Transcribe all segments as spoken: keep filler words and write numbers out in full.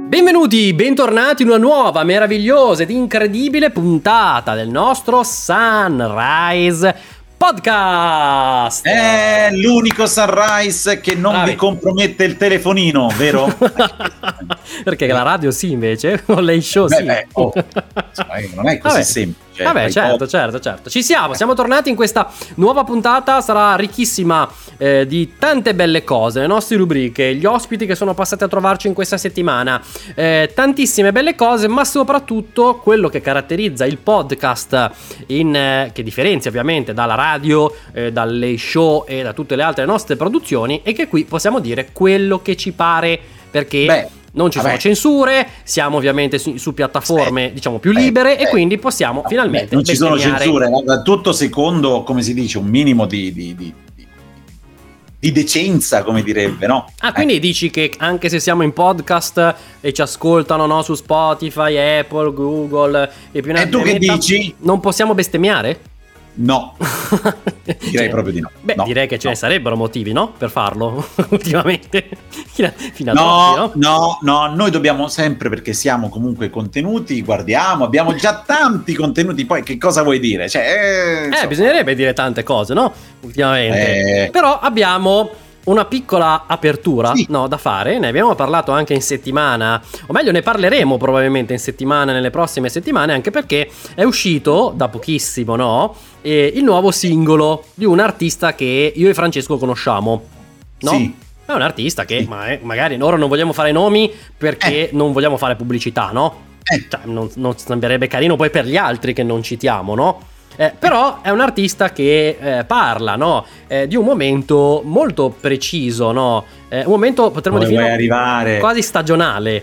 Benvenuti, bentornati in una nuova, meravigliosa ed incredibile puntata del nostro Sunrise Podcast. È l'unico Sunrise che non Bravi. vi compromette il telefonino, vero? Perché la radio sì, invece, o lei show sì. Beh, beh, oh, non è così Vabbè. semplice. Vabbè, certo, certo, certo. Ci siamo, siamo tornati in questa nuova puntata, sarà ricchissima eh, di tante belle cose, le nostre rubriche, gli ospiti che sono passati a trovarci in questa settimana, eh, tantissime belle cose, ma soprattutto quello che caratterizza il podcast, in, eh, che differenzia ovviamente dalla radio, eh, dalle show e da tutte le altre nostre produzioni, è che qui possiamo dire quello che ci pare, perché... Beh. Non ci Vabbè. sono censure, siamo ovviamente su, su piattaforme Beh, diciamo più libere beh, e quindi possiamo no, finalmente beh, non ci sono bestemmiare. censure, tutto secondo, come si dice, un minimo di, di, di, di, di decenza, come direbbe, no? Ah, quindi eh. dici che anche se siamo in podcast e ci ascoltano, no, su Spotify, Apple, Google e più E tu che dici? Non possiamo bestemmiare? No, direi cioè, proprio di no. Beh, no, direi che ce no. ne sarebbero motivi, no? Per farlo ultimamente. Fino ad no, oggi, no? no, no, noi dobbiamo sempre, perché siamo comunque contenuti, guardiamo, abbiamo già tanti contenuti, poi che cosa vuoi dire? Cioè, eh, eh bisognerebbe dire tante cose, no? Ultimamente. Eh. Però abbiamo una piccola apertura, sì. no, da fare. Ne abbiamo parlato anche in settimana, o meglio ne parleremo probabilmente in settimana, nelle prossime settimane, anche perché è uscito da pochissimo, no? Eh, il nuovo singolo di un artista che io e Francesco conosciamo, no? Sì. È un artista che Sì. ma è, magari ora non vogliamo fare nomi perché Eh. non vogliamo fare pubblicità, no? Eh. Cioè, non, non sembrerebbe carino poi per gli altri che non citiamo, no? Eh, però è un artista che eh, parla, no? Eh, di un momento molto preciso, no? Eh, un momento potremmo Dove definire vuoi arrivare? quasi stagionale.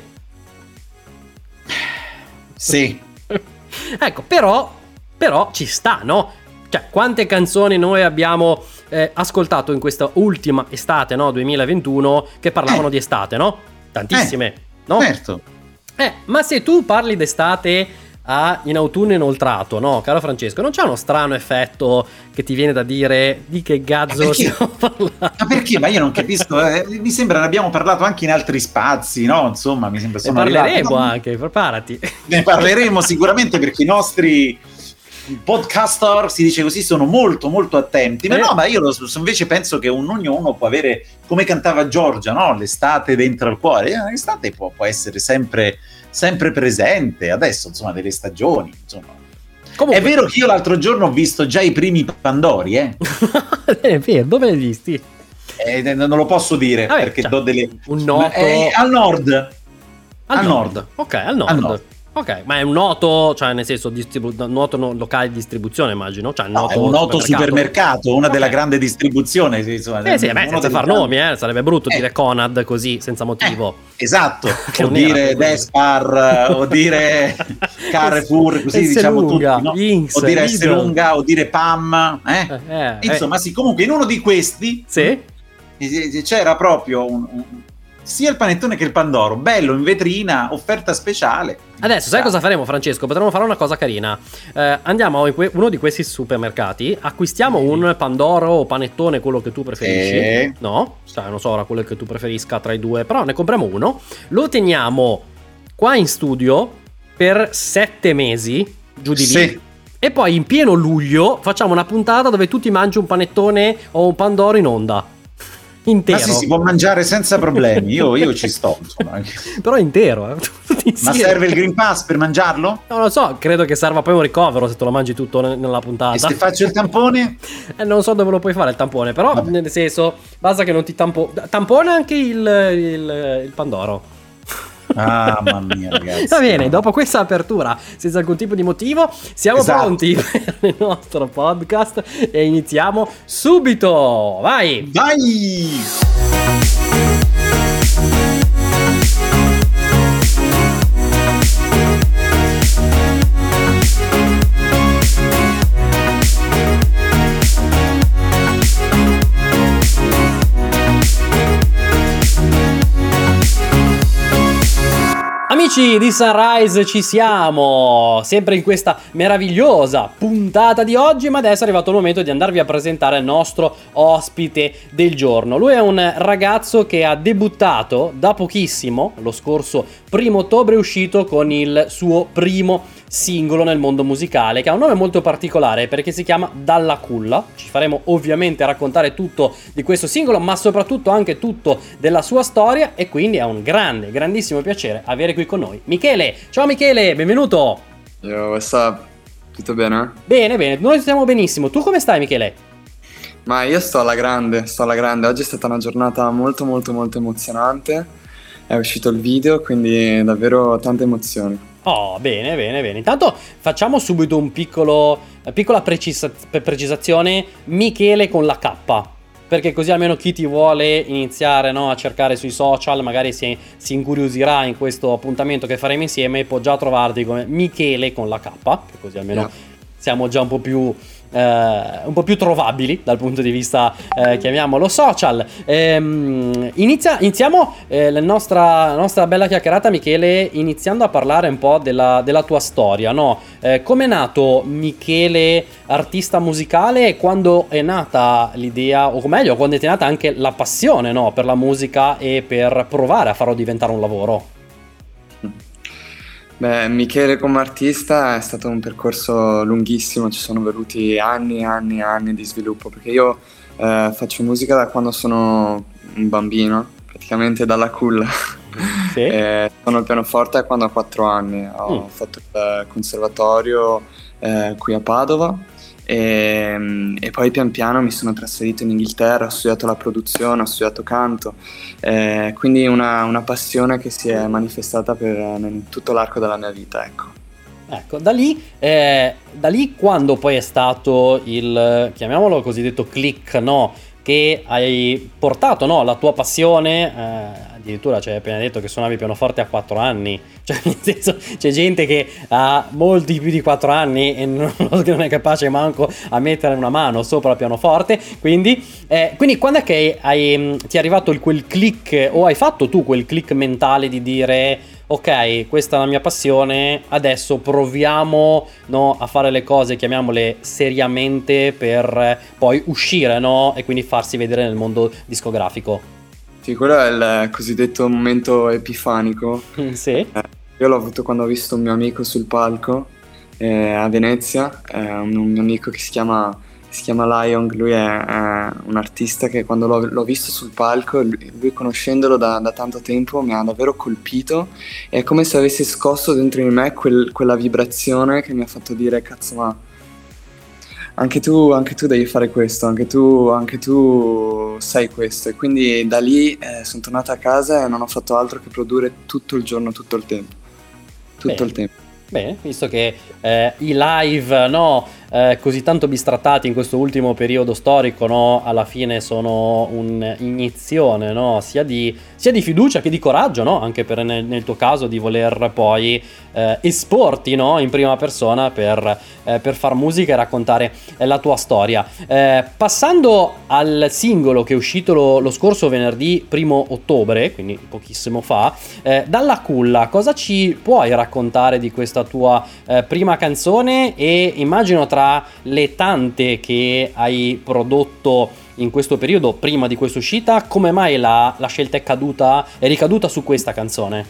Sì. Ecco, però, però ci sta, no? Cioè, quante canzoni noi abbiamo eh, ascoltato in questa ultima estate, no? duemilaventuno, che parlavano Eh. di estate, no? Tantissime, Eh, no? Certo. Eh, ma se tu parli d'estate a in autunno inoltrato, no, caro Francesco, non c'è uno strano effetto che ti viene da dire di che gazzo stiamo parlando? Ma perché? Ma io non capisco, eh, mi sembra ne abbiamo parlato anche in altri spazi, no? Insomma, mi sembra Ne sono parleremo arrivato, no? anche, preparati. Ne parleremo sicuramente perché i nostri podcaster, si dice così, sono molto molto attenti. Ma Eh. no, ma io lo, invece penso che un ognuno può avere, come cantava Giorgia, no? L'estate dentro al cuore. Eh, L'estate può, può essere sempre, sempre presente. Adesso, insomma, delle stagioni, insomma. Comunque, È vero che io l'altro giorno ho visto già i primi Pandori, eh? è vero, dove li hai visti? Eh, non lo posso dire. Vabbè, perché cioè, do delle un noto Eh, al nord. al, al nord. nord. Ok, al nord. Al nord. Ok, ma è un noto, cioè nel senso distribu- noto no- locale di distribuzione, immagino, cioè No, noto è un noto supermercato, una Ok. della grande distribuzione. sì, Insomma, Eh sì, beh, uno senza dei far grandi- nomi, eh, sarebbe brutto Eh. dire Conad così, senza motivo. Esatto, Che o non era dire quello. Despar, o dire Carrefour, così diciamo Esselunga, tutti, no? Inks, o dire Lidl. Esselunga, o dire Pam, eh? Eh, eh, Insomma, sì, comunque in uno di questi Sì? eh, c'era proprio un, un- sia il panettone che il Pandoro, bello in vetrina, offerta speciale. Adesso sai cosa faremo, Francesco? Potremmo fare una cosa carina. Eh, andiamo in que- uno di questi supermercati, acquistiamo un Pandoro o panettone, quello che tu preferisci. Sì. No? Cioè, non so ora quello che tu preferisca tra i due, però ne compriamo uno. Lo teniamo qua in studio per sette mesi, giù di lì. Sì. E poi in pieno luglio facciamo una puntata dove tu ti mangi un panettone o un Pandoro in onda. Intero. Ma sì, si può mangiare senza problemi, io, io ci sto, insomma. Però intero, eh. Tutti Ma insieme. serve il Green Pass per mangiarlo? Non lo so, credo che serva poi un ricovero se te lo mangi tutto ne- nella puntata. E se faccio il tampone? Eh, non so dove lo puoi fare il tampone, però Vabbè. nel senso, basta che non ti tampo... Tampone anche il, il, il Pandoro. Ah, mamma mia, ragazzi. Va bene, no. dopo questa apertura, senza alcun tipo di motivo, siamo Esatto. pronti per il nostro podcast e iniziamo subito. Vai! Vai! Amici Amici di Sunrise, ci siamo sempre in questa meravigliosa puntata di oggi, ma adesso è arrivato il momento di andarvi a presentare il nostro ospite del giorno. Lui è un ragazzo che ha debuttato da pochissimo, lo scorso primo ottobre è uscito con il suo primo singolo nel mondo musicale, che ha un nome molto particolare perché si chiama Dalla Culla. Ci faremo ovviamente raccontare tutto di questo singolo, ma soprattutto anche tutto della sua storia, e quindi è un grande, grandissimo piacere avere qui con noi Michele. Ciao Michele, benvenuto. Yo, what's up? Tutto bene? Bene, bene, noi stiamo benissimo. Tu come stai, Michele? Ma io sto alla grande, sto alla grande. Oggi è stata una giornata molto molto molto emozionante. È uscito il video, quindi davvero tante emozioni. Oh, bene, bene, bene. Intanto facciamo subito un piccolo, una piccola precisa, precisazione. Michele con la K, perché così almeno chi ti vuole iniziare, no, a cercare sui social, magari si, si incuriosirà in questo appuntamento che faremo insieme e può già trovarti come Michele con la K, che così almeno yeah. siamo già un po' più... Uh, un po' più trovabili dal punto di vista, uh, chiamiamolo, social. Ehm, inizia, iniziamo eh, la, nostra, la nostra bella chiacchierata, Michele, iniziando a parlare un po' della, della tua storia, no? Eh, come è nato Michele artista musicale, e quando è nata l'idea, o meglio, quando è nata anche la passione, no, per la musica e per provare a farlo diventare un lavoro? Beh, Michele come artista è stato un percorso lunghissimo, ci sono voluti anni e anni e anni di sviluppo, perché io eh, faccio musica da quando sono un bambino, praticamente dalla culla. Sì. eh, suono il pianoforte quando ho quattro anni, ho mm. fatto il conservatorio eh, qui a Padova e, e poi pian piano mi sono trasferito in Inghilterra, ho studiato la produzione, ho studiato canto, eh, quindi una, una passione che si è manifestata per in tutto l'arco della mia vita, ecco. Ecco, da lì, eh, da lì quando poi è stato il, chiamiamolo cosiddetto click, no? Che hai portato, no, la tua passione, eh, addirittura ci hai appena detto che suonavi pianoforte a quattro anni, cioè nel senso c'è gente che ha molti più di quattro anni e non, non è capace manco a mettere una mano sopra il pianoforte, quindi, eh, quindi quando è che hai, ti è arrivato il, quel click, o hai fatto tu quel click mentale di dire ok, questa è la mia passione, adesso proviamo, no, a fare le cose, chiamiamole seriamente, per poi uscire, no, e quindi farsi vedere nel mondo discografico? Sì, quello è il cosiddetto momento epifanico. Sì. Eh, io l'ho avuto quando ho visto un mio amico sul palco eh, a Venezia, eh, un, un mio amico che si chiama... si chiama Lion, lui è, è un artista che quando l'ho, l'ho visto sul palco, lui, lui conoscendolo da, da tanto tempo mi ha davvero colpito, è come se avesse scosso dentro di me quel, quella vibrazione che mi ha fatto dire cazzo, ma anche tu, anche tu devi fare questo, anche tu, anche tu sai questo, e quindi da lì eh, sono tornato a casa e non ho fatto altro che produrre tutto il giorno, tutto il tempo, tutto Bene. il tempo. Bene, visto che eh, i live, no, eh, così tanto bistrattati in questo ultimo periodo storico, no, alla fine sono un'iniezione, no, sia di, sia di fiducia che di coraggio, no, anche per nel, nel tuo caso di voler poi eh, esporti, no, in prima persona per, eh, per far musica e raccontare eh, la tua storia. Eh, passando al singolo che è uscito lo, lo scorso venerdì primo ottobre, quindi pochissimo fa, eh, Dalla Culla, cosa ci puoi raccontare di questa tua eh, prima canzone, e immagino tra le tante che hai prodotto in questo periodo prima di questa uscita, come mai la, la scelta è caduta, è ricaduta su questa canzone?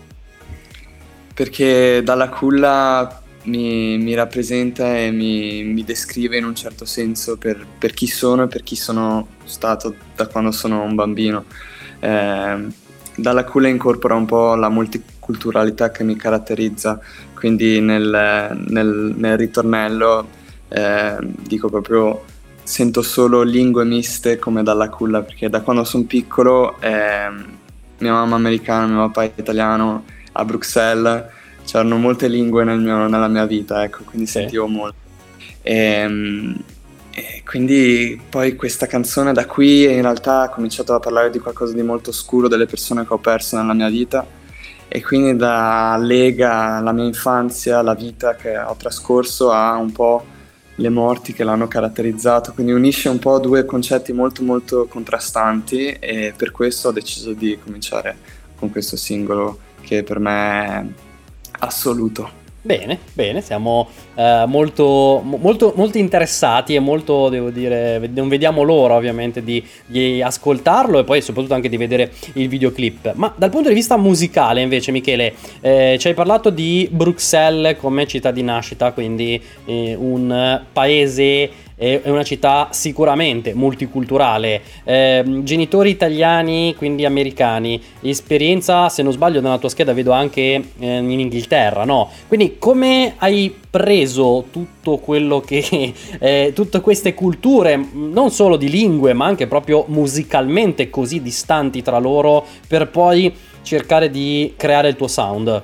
Perché Dalla Culla mi, mi rappresenta e mi, mi descrive in un certo senso per, per chi sono e per chi sono stato da quando sono un bambino. Eh, Dalla Culla incorpora un po' la multiculturalità che mi caratterizza, quindi nel, nel, nel ritornello eh, dico proprio sento solo lingue miste come Dalla Culla, perché da quando sono piccolo eh, mia mamma americana, mio papà italiano, a Bruxelles c'erano molte lingue nel mio, nella mia vita, ecco, quindi sì. Sentivo molto. E, e quindi poi questa canzone da qui in realtà ha cominciato a parlare di qualcosa di molto oscuro, delle persone che ho perso nella mia vita, e quindi da lega la mia infanzia, la vita che ho trascorso, a un po' le morti che l'hanno caratterizzato, quindi unisce un po' due concetti molto molto contrastanti, e per questo ho deciso di cominciare con questo singolo che per me è assoluto. Bene, bene, siamo eh, molto, molto, molto interessati e molto, devo dire, non vediamo l'ora ovviamente di, di ascoltarlo e poi soprattutto anche di vedere il videoclip. Ma dal punto di vista musicale invece, Michele, eh, ci hai parlato di Bruxelles come città di nascita, quindi eh, un paese, è una città sicuramente multiculturale, eh, genitori italiani, quindi americani, esperienza, se non sbaglio nella tua scheda vedo anche eh, in Inghilterra, no? Quindi come hai preso tutto quello che, eh, tutte queste culture, non solo di lingue, ma anche proprio musicalmente così distanti tra loro, per poi cercare di creare il tuo sound?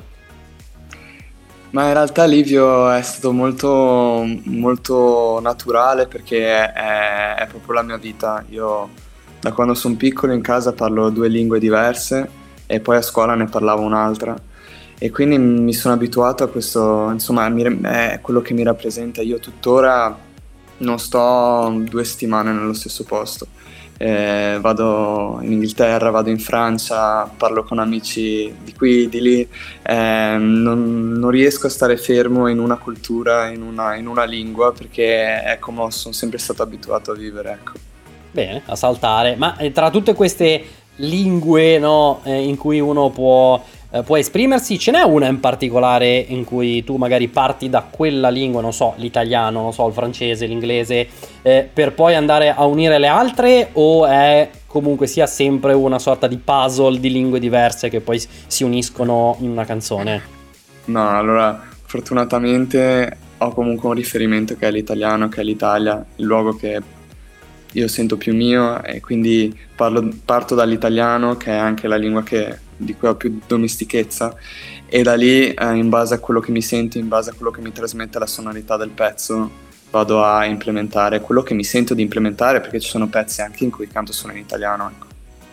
Ma in realtà Livio è stato molto, molto naturale perché è, è proprio la mia vita. Io da quando sono piccolo in casa parlo due lingue diverse e poi a scuola ne parlavo un'altra e quindi mi sono abituato a questo, insomma è quello che mi rappresenta. Io tuttora non sto due settimane nello stesso posto. Eh, vado in Inghilterra, vado in Francia, parlo con amici di qui, di lì, eh, non, non riesco a stare fermo in una cultura, in una, in una lingua, perché è come sono sempre stato abituato a vivere, ecco. Bene, a saltare, ma eh, tra tutte queste lingue, no, eh, in cui uno può, eh, può esprimersi, ce n'è una in particolare in cui tu magari parti da quella lingua, non so, l'italiano, non so, il francese, l'inglese, eh, per poi andare a unire le altre, o è comunque sia sempre una sorta di puzzle di lingue diverse che poi si uniscono in una canzone? No, allora fortunatamente ho comunque un riferimento che è l'italiano, che è l'Italia, il luogo che io sento più mio, e quindi parlo, parto dall'italiano, che è anche la lingua che, di cui ho più domestichezza, e da lì eh, in base a quello che mi sento, in base a quello che mi trasmette la sonorità del pezzo, vado a implementare quello che mi sento di implementare, perché ci sono pezzi anche in cui canto solo in italiano, ecco.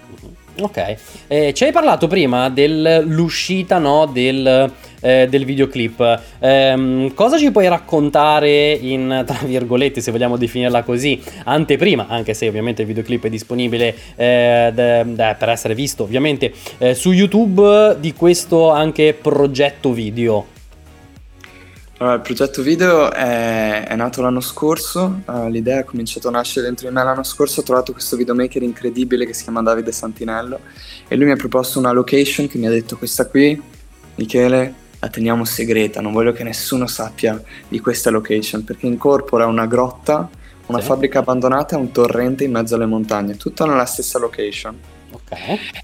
Ok, eh, ci hai parlato prima dell'uscita, no, del, eh, del videoclip. Eh, cosa ci puoi raccontare in, tra virgolette, se vogliamo definirla così, anteprima, anche se ovviamente il videoclip è disponibile eh, de, de, per essere visto ovviamente eh, su YouTube, di questo anche progetto video? Allora, il progetto video è, è nato l'anno scorso, uh, l'idea è cominciata a nascere dentro di me l'anno scorso. Ho trovato questo videomaker incredibile che si chiama Davide Santinello e lui mi ha proposto una location che mi ha detto: questa qui, Michele, la teniamo segreta, non voglio che nessuno sappia di questa location, perché incorpora una grotta, una sì. fabbrica abbandonata e un torrente in mezzo alle montagne, tutto nella stessa location. Ok.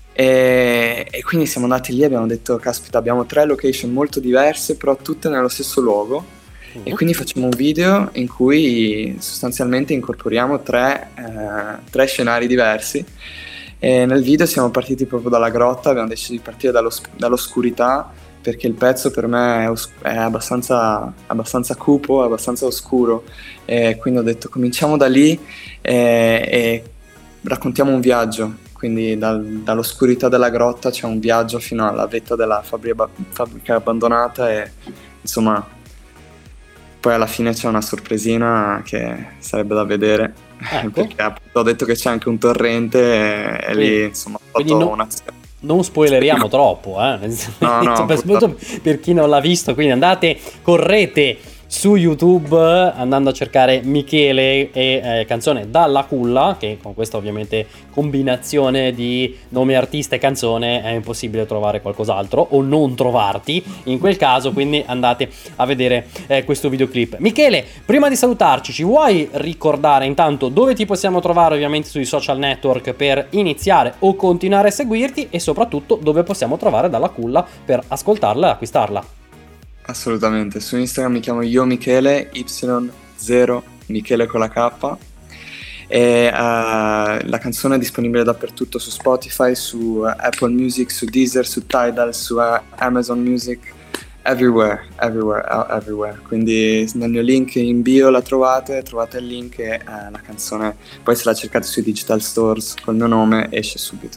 E, e quindi siamo andati lì e abbiamo detto: caspita, abbiamo tre location molto diverse però tutte nello stesso luogo, uh-huh. e quindi facciamo un video in cui sostanzialmente incorporiamo tre, eh, tre scenari diversi. E nel video siamo partiti proprio dalla grotta, abbiamo deciso di partire dallo, dall'oscurità, perché il pezzo per me è, os- è abbastanza, abbastanza cupo, abbastanza oscuro, e quindi ho detto cominciamo da lì e, e raccontiamo un viaggio. Quindi dal, dall'oscurità della grotta c'è un viaggio fino alla vetta della fabbrica, fabbrica abbandonata, e insomma poi alla fine c'è una sorpresina che sarebbe da vedere, ecco. Perché appunto ho detto che c'è anche un torrente e, e quindi, lì insomma ho fatto no, un'azione. Non spoileriamo troppo, eh? No, no, per, soprattutto per chi non l'ha visto, quindi andate, correte su YouTube andando a cercare Michele e eh, canzone Dalla Culla, che con questa ovviamente combinazione di nome artista e canzone è impossibile trovare qualcos'altro o non trovarti in quel caso, quindi andate a vedere eh, questo videoclip. Michele, prima di salutarci, ci vuoi ricordare intanto dove ti possiamo trovare ovviamente sui social network per iniziare o continuare a seguirti, e soprattutto dove possiamo trovare Dalla Culla per ascoltarla e acquistarla? Assolutamente, su Instagram mi chiamo io Michele, Y zero Michele con la K, e uh, la canzone è disponibile dappertutto, su Spotify, su Apple Music, su Deezer, su Tidal, su uh, Amazon Music, everywhere, everywhere, uh, everywhere. Quindi nel mio link in bio la trovate, trovate il link e uh, la canzone, poi se la cercate sui digital stores col mio nome esce subito.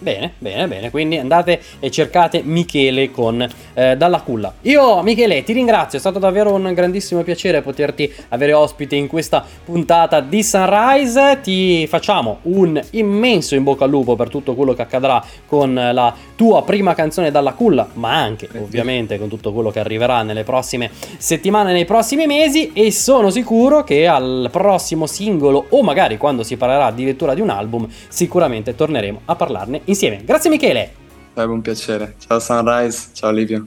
Bene, bene, bene, quindi andate e cercate Michele con eh, Dalla Culla. Io, Michele, ti ringrazio, è stato davvero un grandissimo piacere poterti avere ospite in questa puntata di Sunrise. Ti facciamo un immenso in bocca al lupo per tutto quello che accadrà con la tua prima canzone Dalla Culla, ma anche ovviamente con tutto quello che arriverà nelle prossime settimane, nei prossimi mesi, e sono sicuro che al prossimo singolo, o magari quando si parlerà addirittura di un album, sicuramente torneremo a parlarne insieme. Grazie Michele. Sarebbe un piacere. Ciao Sunrise, ciao Livio.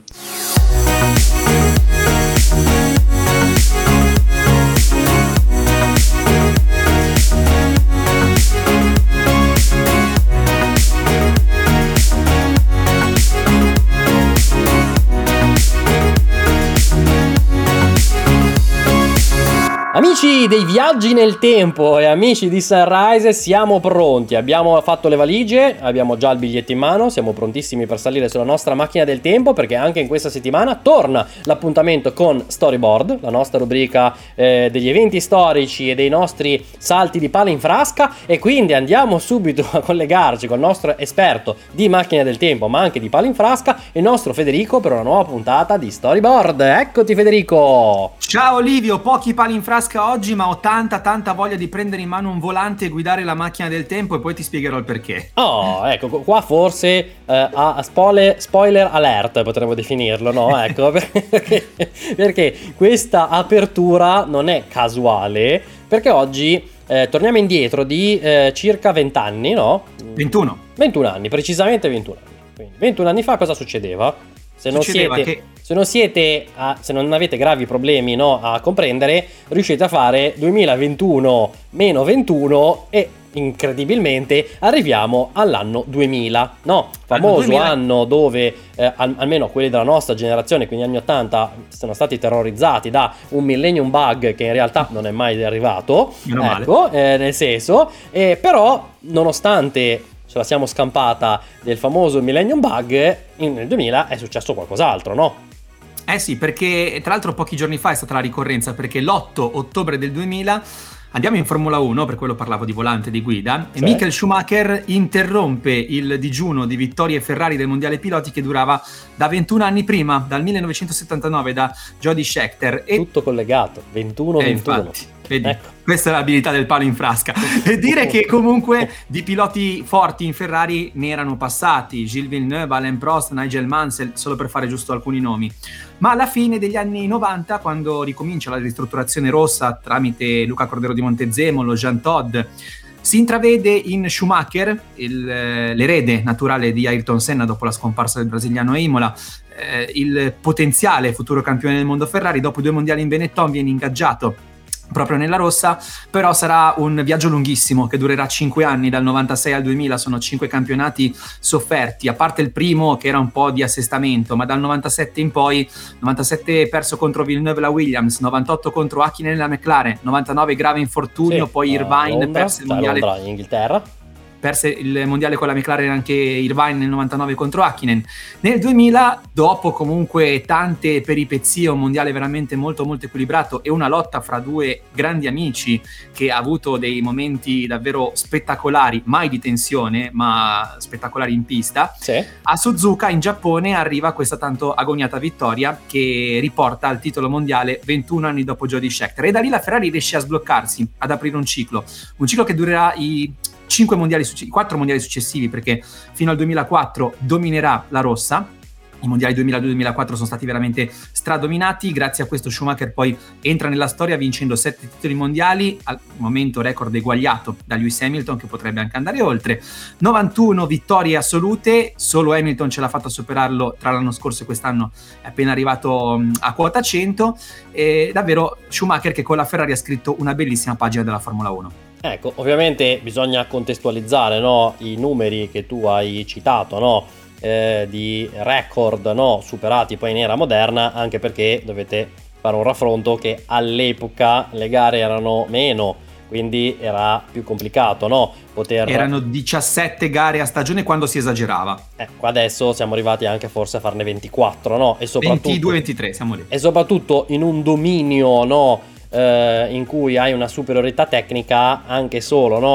Amici dei viaggi nel tempo e amici di Sunrise, siamo pronti, abbiamo fatto le valigie, abbiamo già il biglietto in mano, siamo prontissimi per salire sulla nostra macchina del tempo, perché anche in questa settimana torna l'appuntamento con Storyboard, la nostra rubrica eh, degli eventi storici e dei nostri salti di pala in frasca, e quindi andiamo subito a collegarci con il nostro esperto di macchina del tempo ma anche di pala in frasca, il nostro Federico, per una nuova puntata di Storyboard. Eccoti Federico! Ciao Livio, pochi pali in frasca oggi, ma ho tanta tanta voglia di prendere in mano un volante e guidare la macchina del tempo, e poi ti spiegherò il perché. Oh, ecco, qua forse eh, a spoiler, spoiler alert potremmo definirlo, no? Ecco, perché, perché questa apertura non è casuale, perché oggi eh, torniamo indietro di eh, circa venti anni, no? ventuno. ventuno anni, precisamente ventuno anni. Quindi ventuno anni fa cosa succedeva? Se non, siete, che... se non siete a, se non avete gravi problemi, no, a comprendere, riuscite a fare duemilaventuno meno ventuno e incredibilmente arriviamo all'anno duemila, no? Famoso duemila. Anno dove eh, al, almeno quelli della nostra generazione, quindi anni ottanta, sono stati terrorizzati da un millennium bug che in realtà non è mai arrivato. Meno ecco, eh, nel senso, eh, però nonostante ce la siamo scampata del famoso millennium bug, nel duemila è successo qualcos'altro, no? Eh sì, perché tra l'altro pochi giorni fa è stata la ricorrenza, perché l'otto ottobre del duemila andiamo in Formula uno, per quello parlavo di volante di guida, sì. E Michael Schumacher interrompe il digiuno di vittorie Ferrari del mondiale piloti che durava da ventuno anni prima, dal millenovecentosettantanove, da Jody Scheckter. E... tutto collegato, ventuno ventuno. Infatti. Vedi, ecco. Questa è l'abilità del palo in frasca. E dire che comunque di piloti forti in Ferrari ne erano passati: Gilles Villeneuve, Alain Prost, Nigel Mansell, solo per fare giusto alcuni nomi. Ma alla fine degli anni novanta, quando ricomincia la ristrutturazione rossa tramite Luca Cordero di Montezemolo, Jean Todt, si intravede in Schumacher, il, l'erede naturale di Ayrton Senna dopo la scomparsa del brasiliano a Imola, eh, il potenziale futuro campione del mondo Ferrari. Dopo due mondiali in Benetton viene ingaggiato proprio nella rossa, però sarà un viaggio lunghissimo che durerà cinque anni, dal novantasei al duemila. Sono cinque campionati sofferti, a parte il primo che era un po' di assestamento, ma dal novantasette in poi, novantasette perso contro Villeneuve la Williams, novantotto contro Hakkinen la McLaren, novantanove grave infortunio, sì, poi Irvine Londra, perse il mondiale Londra, in Inghilterra. Perse il mondiale con la McLaren anche Irvine nel novantanove contro Hakkinen. Nel duemila, dopo comunque tante peripezie, un mondiale veramente molto molto equilibrato e una lotta fra due grandi amici che ha avuto dei momenti davvero spettacolari, mai di tensione ma spettacolari in pista, sì. A Suzuka in Giappone arriva questa tanto agoniata vittoria che riporta al titolo mondiale ventuno anni dopo Jody Scheckter, e da lì la Ferrari riesce a sbloccarsi, ad aprire un ciclo un ciclo che durerà i cinque mondiali, i quattro mondiali successivi, perché fino al duemilaquattro dominerà la rossa. I mondiali duemiladue duemilaquattro sono stati veramente stradominati. Grazie a questo Schumacher poi entra nella storia vincendo sette titoli mondiali, al momento record eguagliato da Lewis Hamilton, che potrebbe anche andare oltre. novantuno vittorie assolute, solo Hamilton ce l'ha fatto a superarlo tra l'anno scorso e quest'anno è appena arrivato a quota cento. E davvero Schumacher che con la Ferrari ha scritto una bellissima pagina della Formula uno. Ecco, ovviamente bisogna contestualizzare, no, i numeri che tu hai citato, no, eh, di record, no, superati poi in era moderna, anche perché dovete fare un raffronto che all'epoca le gare erano meno, quindi era più complicato, no, poter... Erano diciassette gare a stagione quando si esagerava. Eh, qua adesso siamo arrivati anche forse a farne ventiquattro, no, e soprattutto ventidue ventitré, siamo lì. E soprattutto in un dominio, no, eh, in cui hai una superiorità tecnica anche solo, no,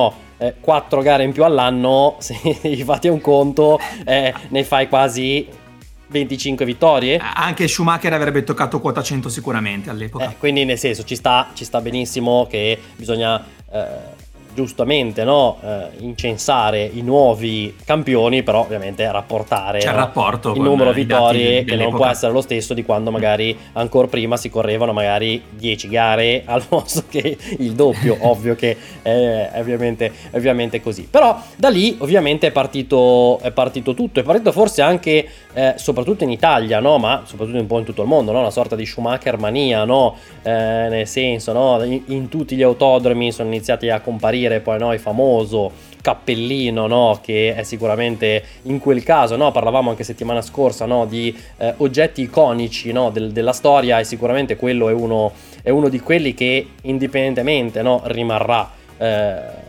eh, quattro gare in più all'anno, se fate un conto, eh, ne fai quasi venticinque vittorie. Anche Schumacher avrebbe toccato quota cento sicuramente all'epoca. Eh, quindi nel senso ci sta, ci sta benissimo che bisogna eh, giustamente, no, eh, incensare i nuovi campioni, però ovviamente rapportare, c'è il no, rapporto il con numero di i dati vittorie, che non può dell'epoca. essere lo stesso di quando magari ancora prima si correvano magari dieci gare al posto che il doppio. Ovvio che è, è ovviamente, è ovviamente così, però da lì ovviamente è partito, è partito tutto, è partito forse anche eh, soprattutto in Italia, no, ma soprattutto un po' in tutto il mondo, no, una sorta di Schumacher mania, no, eh, nel senso, no, in, in tutti gli autodromi sono iniziati a comparire poi, no, il famoso cappellino, no, che è sicuramente in quel caso, no, parlavamo anche settimana scorsa, no, di eh, oggetti iconici, no, del, della storia, e sicuramente quello è uno, è uno di quelli che indipendentemente, no, rimarrà eh,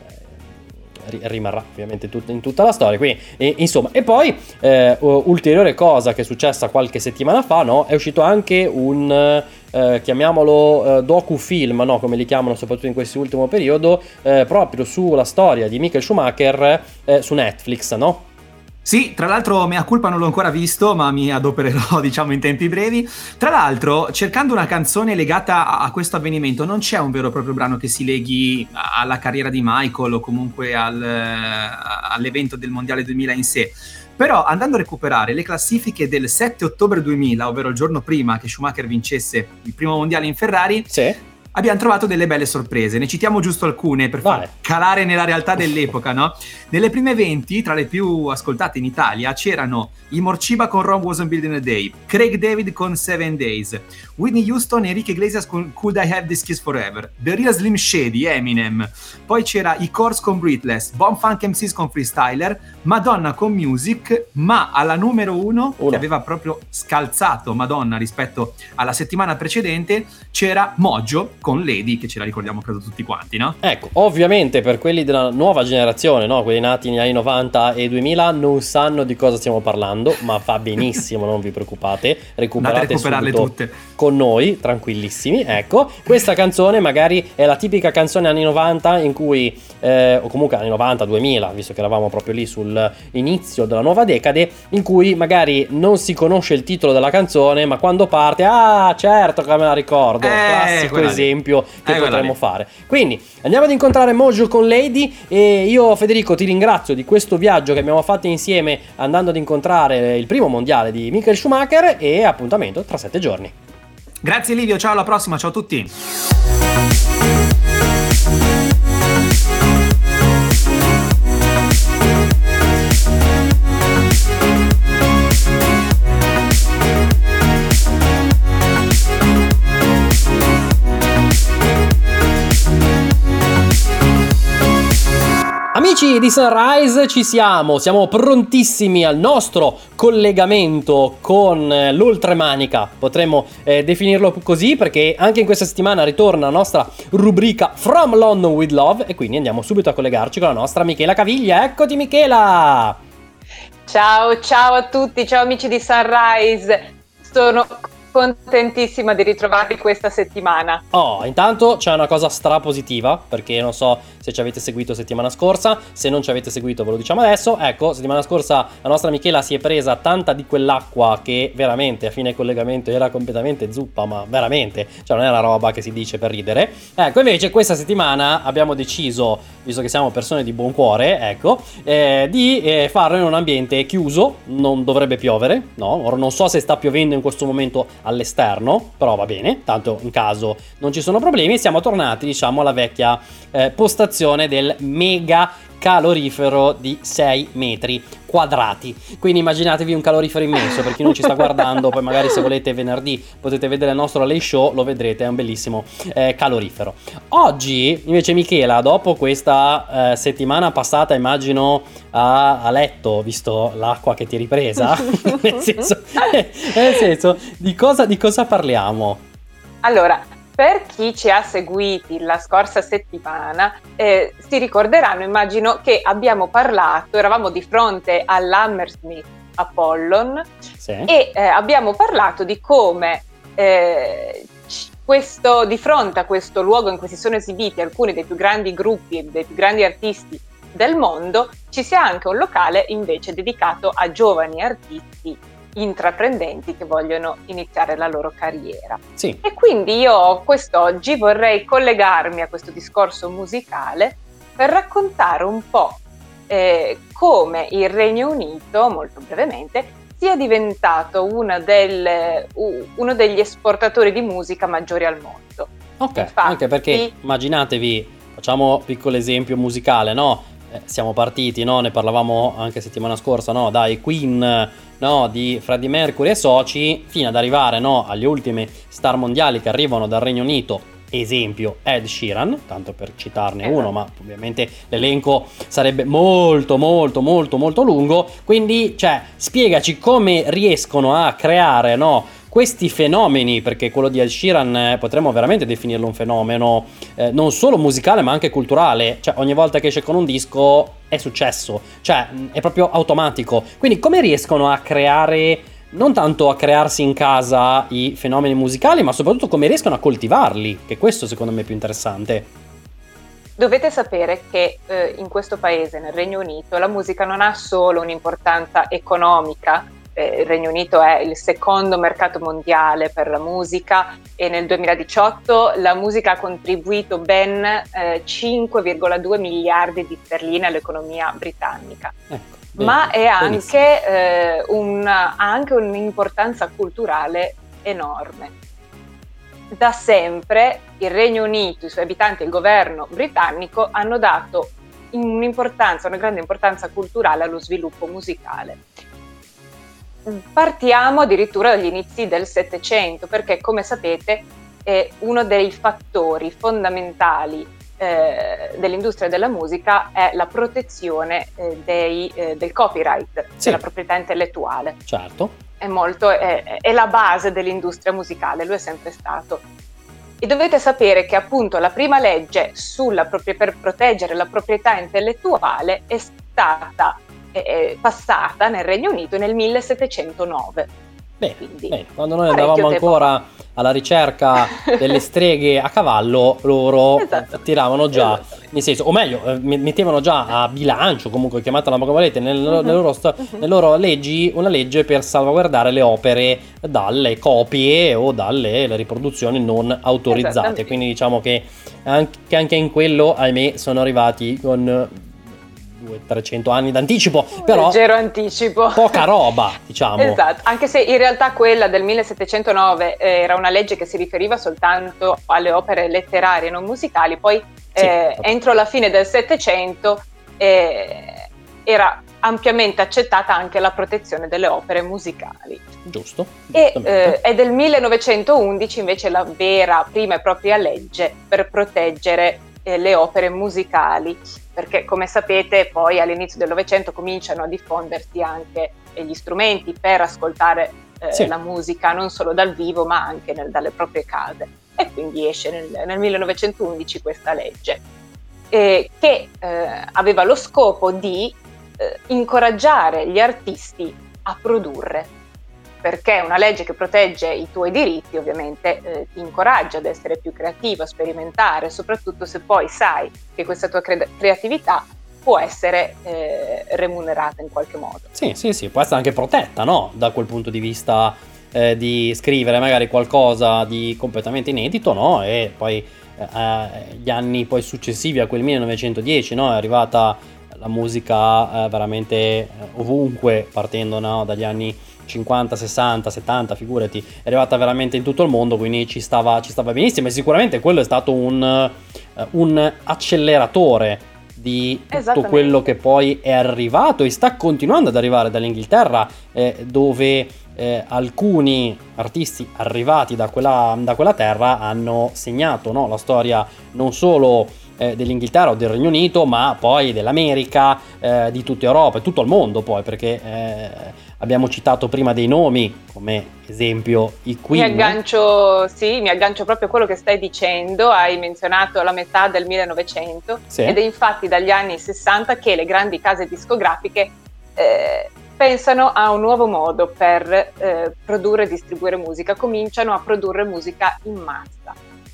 rimarrà ovviamente tut- in tutta la storia. Quindi e, insomma, e poi eh, ulteriore cosa che è successa qualche settimana fa, no, è uscito anche un eh, chiamiamolo eh, docufilm, no, come li chiamano soprattutto in questo ultimo periodo, eh, proprio sulla storia di Michael Schumacher eh, su Netflix, no? Sì, tra l'altro mea culpa non l'ho ancora visto, ma mi adopererò, diciamo, in tempi brevi. Tra l'altro, cercando una canzone legata a questo avvenimento, non c'è un vero e proprio brano che si leghi alla carriera di Michael o comunque al, all'evento del Mondiale duemila in sé. Però andando a recuperare le classifiche del sette ottobre duemila, ovvero il giorno prima che Schumacher vincesse il primo Mondiale in Ferrari, sì, abbiamo trovato delle belle sorprese. Ne citiamo giusto alcune per Vai. far calare nella realtà dell'epoca, no? Nelle prime venti, tra le più ascoltate in Italia, c'erano i Morciba con Rome Wasn't Built in a Day, Craig David con Seven Days, Whitney Houston e Enrique Iglesias con Could I Have This Kiss Forever, The Real Slim Shady, Eminem, poi c'era i Course con Breathless, Bomb Funk M Cs con Freestyler, Madonna con Music, ma alla numero uno, Uno. che aveva proprio scalzato Madonna rispetto alla settimana precedente, c'era Mojo con Lady, che ce la ricordiamo credo tutti quanti, no? ecco, ovviamente per quelli della nuova generazione, no, quelli nati negli anni novanta e duemila, non sanno di cosa stiamo parlando, ma va benissimo, non vi preoccupate, recuperate Andate a recuperarle subito tutte con noi, tranquillissimi. Ecco, questa canzone magari è la tipica canzone anni novanta in cui eh, o comunque anni novanta duemila, visto che eravamo proprio lì sul inizio della nuova decade, in cui magari non si conosce il titolo della canzone, ma quando parte, ah certo che me la ricordo, Eh, classico quella lì. esempio che Eh, quella potremmo lì. fare. Quindi andiamo ad incontrare Mojo con Lady, e io Federico ti ringrazio di questo viaggio che abbiamo fatto insieme andando ad incontrare il primo mondiale di Michael Schumacher, e appuntamento tra sette giorni. Grazie Livio, ciao, alla prossima, ciao a tutti. Amici di Sunrise, ci siamo, siamo prontissimi al nostro collegamento con eh, l'oltremanica, potremmo eh, definirlo così, perché anche in questa settimana ritorna la nostra rubrica From London with Love, e quindi andiamo subito a collegarci con la nostra Michela Caviglia. Eccoti Michela! Ciao, ciao a tutti, ciao amici di Sunrise, sono contentissima di ritrovarvi questa settimana. Oh, intanto c'è una cosa strapositiva, perché non so se ci avete seguito settimana scorsa, se non ci avete seguito ve lo diciamo adesso. Ecco, settimana scorsa la nostra Michela si è presa tanta di quell'acqua che veramente a fine collegamento era completamente zuppa, ma veramente, cioè non è una roba che si dice per ridere. Ecco, invece questa settimana abbiamo deciso, visto che siamo persone di buon cuore, ecco, eh, di eh, farlo in un ambiente chiuso. Non dovrebbe piovere, no? Ora non so se sta piovendo in questo momento all'esterno, però va bene, tanto in caso non ci sono problemi. Siamo tornati, diciamo, alla vecchia eh, postazione del mega calorifero di sei metri quadrati. Quindi immaginatevi un calorifero immenso. Per chi non ci sta guardando, poi magari se volete venerdì potete vedere il nostro Late Show, lo vedrete, è un bellissimo eh, calorifero. Oggi invece Michela, dopo questa eh, settimana passata immagino a, a letto, visto l'acqua che ti è ripresa, nel senso, eh, nel senso di cosa, di cosa parliamo? Allora, per chi ci ha seguiti la scorsa settimana, eh, si ricorderanno, immagino, che abbiamo parlato, eravamo di fronte all'Hammersmith Apollon, Sì. e eh, abbiamo parlato di come eh, questo, di fronte a questo luogo in cui si sono esibiti alcuni dei più grandi gruppi e dei più grandi artisti del mondo ci sia anche un locale invece dedicato a giovani artisti intraprendenti che vogliono iniziare la loro carriera. Sì. E quindi io quest'oggi vorrei collegarmi a questo discorso musicale per raccontare un po' eh, come il Regno Unito, molto brevemente, sia diventato una del, uh, uno degli esportatori di musica maggiori al mondo. Ok, Infatti, anche perché immaginatevi, facciamo un piccolo esempio musicale, no? Eh, siamo partiti, no? Ne parlavamo anche settimana scorsa, no? Dai Queen, no? Di Freddie Mercury e soci, fino ad arrivare, no? Agli ultimi star mondiali che arrivano dal Regno Unito. Esempio Ed Sheeran, tanto per citarne esatto. uno, ma ovviamente l'elenco sarebbe molto molto molto molto lungo, quindi cioè spiegaci come riescono a creare, no, questi fenomeni, perché quello di Ed Sheeran eh, potremmo veramente definirlo un fenomeno eh, non solo musicale ma anche culturale, cioè ogni volta che esce con un disco è successo, cioè è proprio automatico, quindi come riescono a creare, non tanto a crearsi in casa i fenomeni musicali, ma soprattutto come riescono a coltivarli, che questo secondo me è più interessante. Dovete sapere che eh, in questo paese, nel Regno Unito, la musica non ha solo un'importanza economica. Eh, il Regno Unito è il secondo mercato mondiale per la musica e nel duemiladiciotto la musica ha contribuito ben eh, cinque virgola due miliardi di sterline all'economia britannica. Ecco. Bene, ma è benissimo. anche, eh, un, ha anche un'importanza culturale enorme. Da sempre il Regno Unito, i suoi abitanti e il governo britannico hanno dato un'importanza, una grande importanza culturale allo sviluppo musicale. Partiamo addirittura dagli inizi del Settecento, perché come sapete è uno dei fattori fondamentali Eh, dell'industria della musica è la protezione eh, dei, eh, del copyright, sì. della proprietà intellettuale. Certo. È molto, è, è la base dell'industria musicale, lo è sempre stato. E dovete sapere che appunto la prima legge sulla propria, per proteggere la proprietà intellettuale è stata eh, passata nel Regno Unito nel millesettecentonove. Bene, Quindi, bene. Quando noi andavamo ancora tempo. alla ricerca delle streghe a cavallo, loro Esatto. tiravano già, Esatto. nel senso, o meglio, eh, mettevano già a bilancio, comunque chiamatela come volete, nel, uh-huh. nelle, loro sto- uh-huh. nelle loro leggi una legge per salvaguardare le opere dalle copie o dalle le riproduzioni non autorizzate. Quindi diciamo che anche, anche in quello, ahimè, sono arrivati con trecento anni d'anticipo, però leggero anticipo, poca roba, diciamo. Esatto, anche se in realtà quella del millesettecentonove eh, era una legge che si riferiva soltanto alle opere letterarie non musicali, poi sì, eh, entro la fine del Settecento eh, era ampiamente accettata anche la protezione delle opere musicali. Giusto. E eh, è del millenovecentoundici invece la vera prima e propria legge per proteggere eh, le opere musicali, perché come sapete poi all'inizio del Novecento cominciano a diffondersi anche gli strumenti per ascoltare eh, sì. la musica non solo dal vivo ma anche nel, dalle proprie case, e quindi esce nel, nel millenovecentoundici questa legge eh, che eh, aveva lo scopo di eh, incoraggiare gli artisti a produrre, perché una legge che protegge i tuoi diritti ovviamente eh, ti incoraggia ad essere più creativo, a sperimentare, soprattutto se poi sai che questa tua cre- creatività può essere eh, remunerata in qualche modo. Sì, sì, sì, può essere anche protetta, no? Da quel punto di vista eh, di scrivere magari qualcosa di completamente inedito, no? E poi eh, gli anni poi successivi a quel millenovecentodieci, no? È arrivata la musica eh, veramente eh, ovunque, partendo no? dagli anni cinquanta, sessanta, settanta, figurati, è arrivata veramente in tutto il mondo, quindi ci stava, ci stava benissimo, e sicuramente quello è stato un, uh, un acceleratore di tutto quello che poi è arrivato e sta continuando ad arrivare dall'Inghilterra, eh, dove eh, alcuni artisti arrivati da quella, da quella terra hanno segnato no? la storia non solo eh, dell'Inghilterra o del Regno Unito, ma poi dell'America, eh, di tutta Europa e tutto il mondo poi, perché eh, abbiamo citato prima dei nomi, come esempio i Queen. Mi aggancio, sì, mi aggancio proprio a quello che stai dicendo, hai menzionato la metà del millenovecento, sì. Ed è infatti dagli anni sessanta che le grandi case discografiche eh, pensano a un nuovo modo per eh, produrre e distribuire musica, cominciano a produrre musica in massa.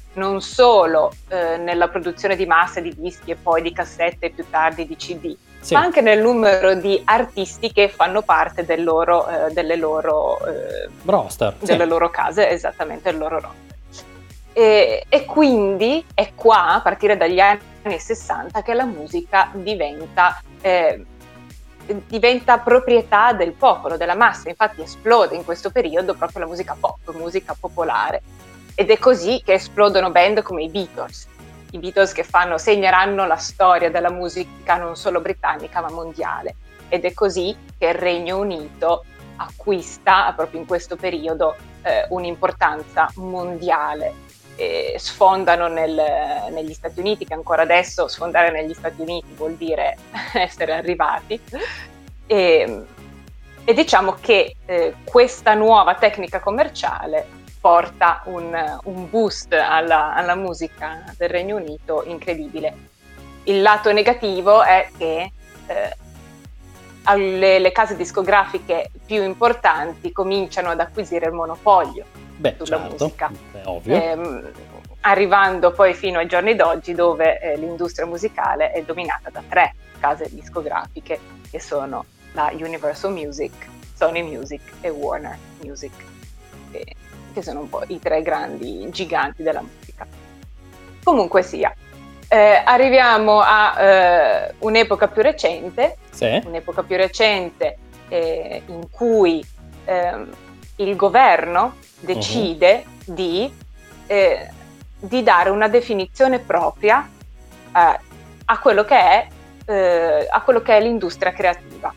non solo eh, nella produzione di massa di dischi e poi di cassette e più tardi di C D, sì, ma anche nel numero di artisti che fanno parte del loro, eh, delle loro eh, roster, delle sì. loro case, esattamente, del loro roster. E, e quindi è qua, a partire dagli anni sessanta, che la musica diventa eh, diventa proprietà del popolo, della massa. Infatti esplode in questo periodo proprio la musica pop, musica popolare, ed è così che esplodono band come i Beatles, i Beatles che fanno, segneranno la storia della musica non solo britannica ma mondiale, ed è così che il Regno Unito acquista proprio in questo periodo eh, un'importanza mondiale. E sfondano nel, negli Stati Uniti, che ancora adesso sfondare negli Stati Uniti vuol dire essere arrivati, e, e diciamo che eh, questa nuova tecnica commerciale porta un, un boost alla, alla musica del Regno Unito incredibile. Il lato negativo è che eh, alle, le case discografiche più importanti cominciano ad acquisire il monopolio Beh, sulla certo, musica, è ovvio. Ehm, arrivando poi fino ai giorni d'oggi, dove eh, l'industria musicale è dominata da tre case discografiche, che sono la Universal Music, Sony Music e Warner Music, eh, che sono un po' i tre grandi giganti della musica. Comunque sia, eh, arriviamo a eh, un'epoca più recente, sì. un'epoca più recente eh, in cui eh, il governo decide uh-huh. di, eh, di dare una definizione propria eh, a quello che è eh, a quello che è l'industria creativa.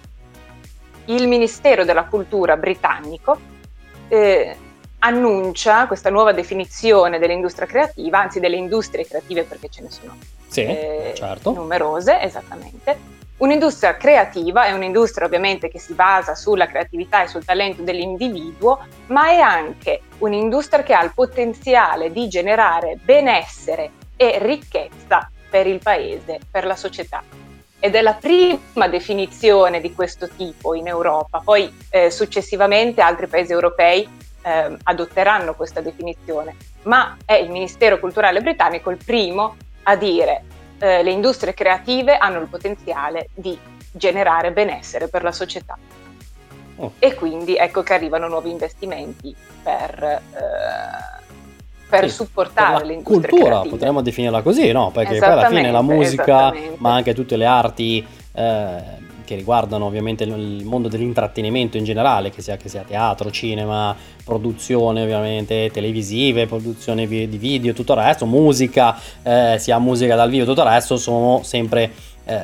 Il Ministero della Cultura britannico eh, annuncia questa nuova definizione dell'industria creativa, anzi delle industrie creative, perché ce ne sono sì, eh, certo. numerose, esattamente. Un'industria creativa è un'industria ovviamente che si basa sulla creatività e sul talento dell'individuo, ma è anche un'industria che ha il potenziale di generare benessere e ricchezza per il paese, per la società. Ed è la prima definizione di questo tipo in Europa. Poi eh, successivamente altri paesi europei eh, adotteranno questa definizione, ma è il Ministero Culturale britannico il primo a dire Eh, le industrie creative hanno il potenziale di generare benessere per la società. Oh. E quindi ecco che arrivano nuovi investimenti per, eh, per sì, supportare per le industrie cultura, creative. potremmo definirla così, no? Perché poi alla fine la musica, ma anche tutte le arti eh, che riguardano ovviamente il mondo dell'intrattenimento in generale, che sia, che sia teatro, cinema, produzione ovviamente televisive, produzione di video, tutto il resto, musica, eh, sia musica dal vivo, tutto il resto, sono sempre eh,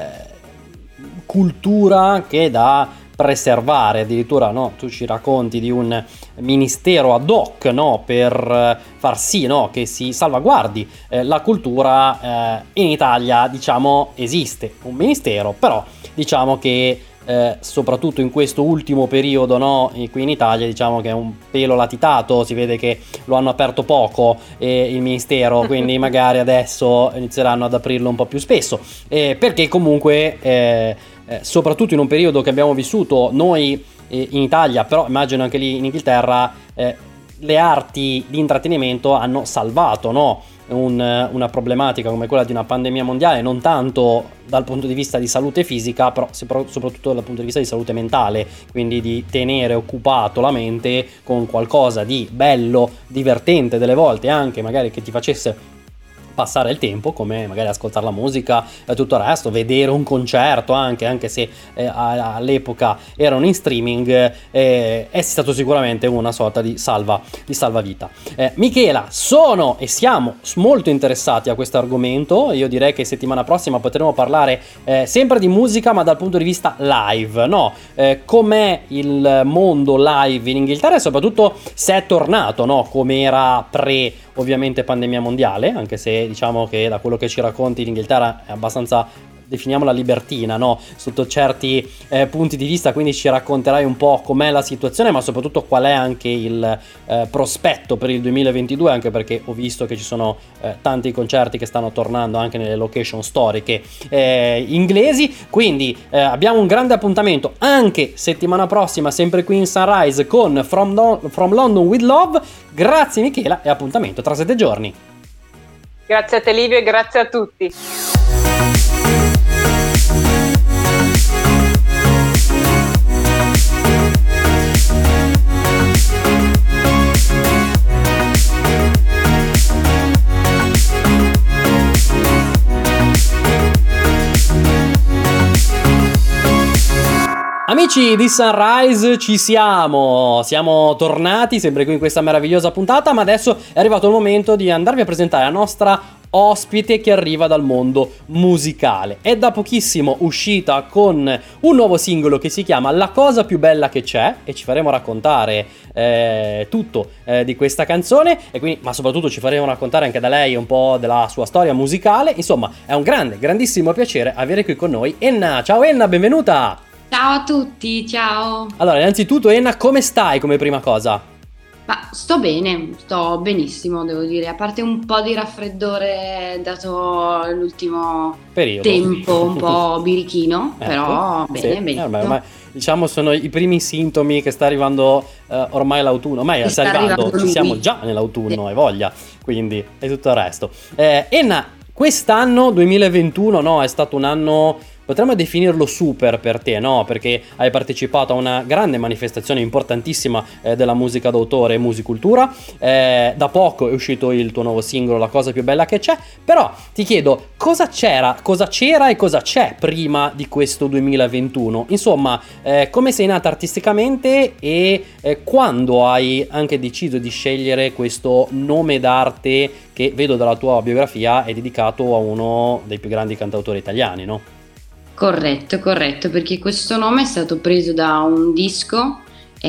cultura che da preservare. Addirittura no, tu ci racconti di un ministero ad hoc, no, per far sì, no, che si salvaguardi eh, la cultura. Eh, in Italia diciamo esiste un ministero, però diciamo che eh, soprattutto in questo ultimo periodo, no, qui in Italia diciamo che è un pelo latitato, si vede che lo hanno aperto poco eh, il ministero, quindi magari adesso inizieranno ad aprirlo un po' più spesso, eh, perché comunque eh, eh, soprattutto in un periodo che abbiamo vissuto noi eh, in Italia, però immagino anche lì in Inghilterra, eh, le arti di intrattenimento hanno salvato, no? Un, una problematica come quella di una pandemia mondiale, non tanto dal punto di vista di salute fisica, però soprattutto dal punto di vista di salute mentale, quindi di tenere occupato la mente con qualcosa di bello, divertente, delle volte anche magari che ti facesse passare il tempo, come magari ascoltare la musica e tutto il resto, vedere un concerto anche, anche se eh, all'epoca erano in streaming, eh, è stato sicuramente una sorta di salva di salvavita. Eh, Michela, sono e siamo molto interessati a questo argomento. Io direi che settimana prossima potremo parlare eh, sempre di musica, ma dal punto di vista live, no? Eh, com'è il mondo live in Inghilterra e soprattutto se è tornato, no? Come era pre ovviamente pandemia mondiale, anche se diciamo che da quello che ci racconti l'Inghilterra è abbastanza, definiamola libertina, no? Sotto certi eh, punti di vista, quindi ci racconterai un po' com'è la situazione, ma soprattutto qual è anche il eh, prospetto per il duemilaventidue, anche perché ho visto che ci sono eh, tanti concerti che stanno tornando anche nelle location storiche eh, inglesi, quindi eh, abbiamo un grande appuntamento anche settimana prossima, sempre qui in Sunrise con From, Don- From London with Love. Grazie Michela e appuntamento tra sette giorni. Grazie a te Livio e grazie a tutti. Amici di Sunrise, ci siamo, siamo tornati sempre qui in questa meravigliosa puntata, ma adesso è arrivato il momento di andarvi a presentare la nostra ospite che arriva dal mondo musicale. È da pochissimo uscita con un nuovo singolo che si chiama La cosa più bella che c'è e ci faremo raccontare eh, tutto eh, di questa canzone, e quindi, ma soprattutto ci faremo raccontare anche da lei un po' della sua storia musicale. Insomma, è un grande, grandissimo piacere avere qui con noi Enna. Ciao Enna, benvenuta! Ciao a tutti, ciao. Allora, innanzitutto Enna, come stai come prima cosa? Ma sto bene, sto benissimo, devo dire, a parte un po' di raffreddore dato l'ultimo periodo, tempo un po' birichino, ecco, però bene, sì. bene. Ormai, ormai, diciamo sono i primi sintomi che sta arrivando eh, ormai l'autunno, ormai Che sta sta arrivando, arrivando ci lui. siamo già nell'autunno, Sì. hai voglia, quindi è tutto il resto. Eh, Enna, quest'anno duemilaventuno, no, è stato un anno, potremmo definirlo super per te, no? Perché hai partecipato a una grande manifestazione importantissima eh, della musica d'autore e musicultura. Eh, da poco è uscito il tuo nuovo singolo, La cosa più bella che c'è. Però ti chiedo, cosa c'era, cosa c'era e cosa c'è prima di questo duemilaventuno? Insomma, eh, come sei nata artisticamente e eh, quando hai anche deciso di scegliere questo nome d'arte che vedo dalla tua biografia è dedicato a uno dei più grandi cantautori italiani, no? Corretto, corretto, perché questo nome è stato preso da un disco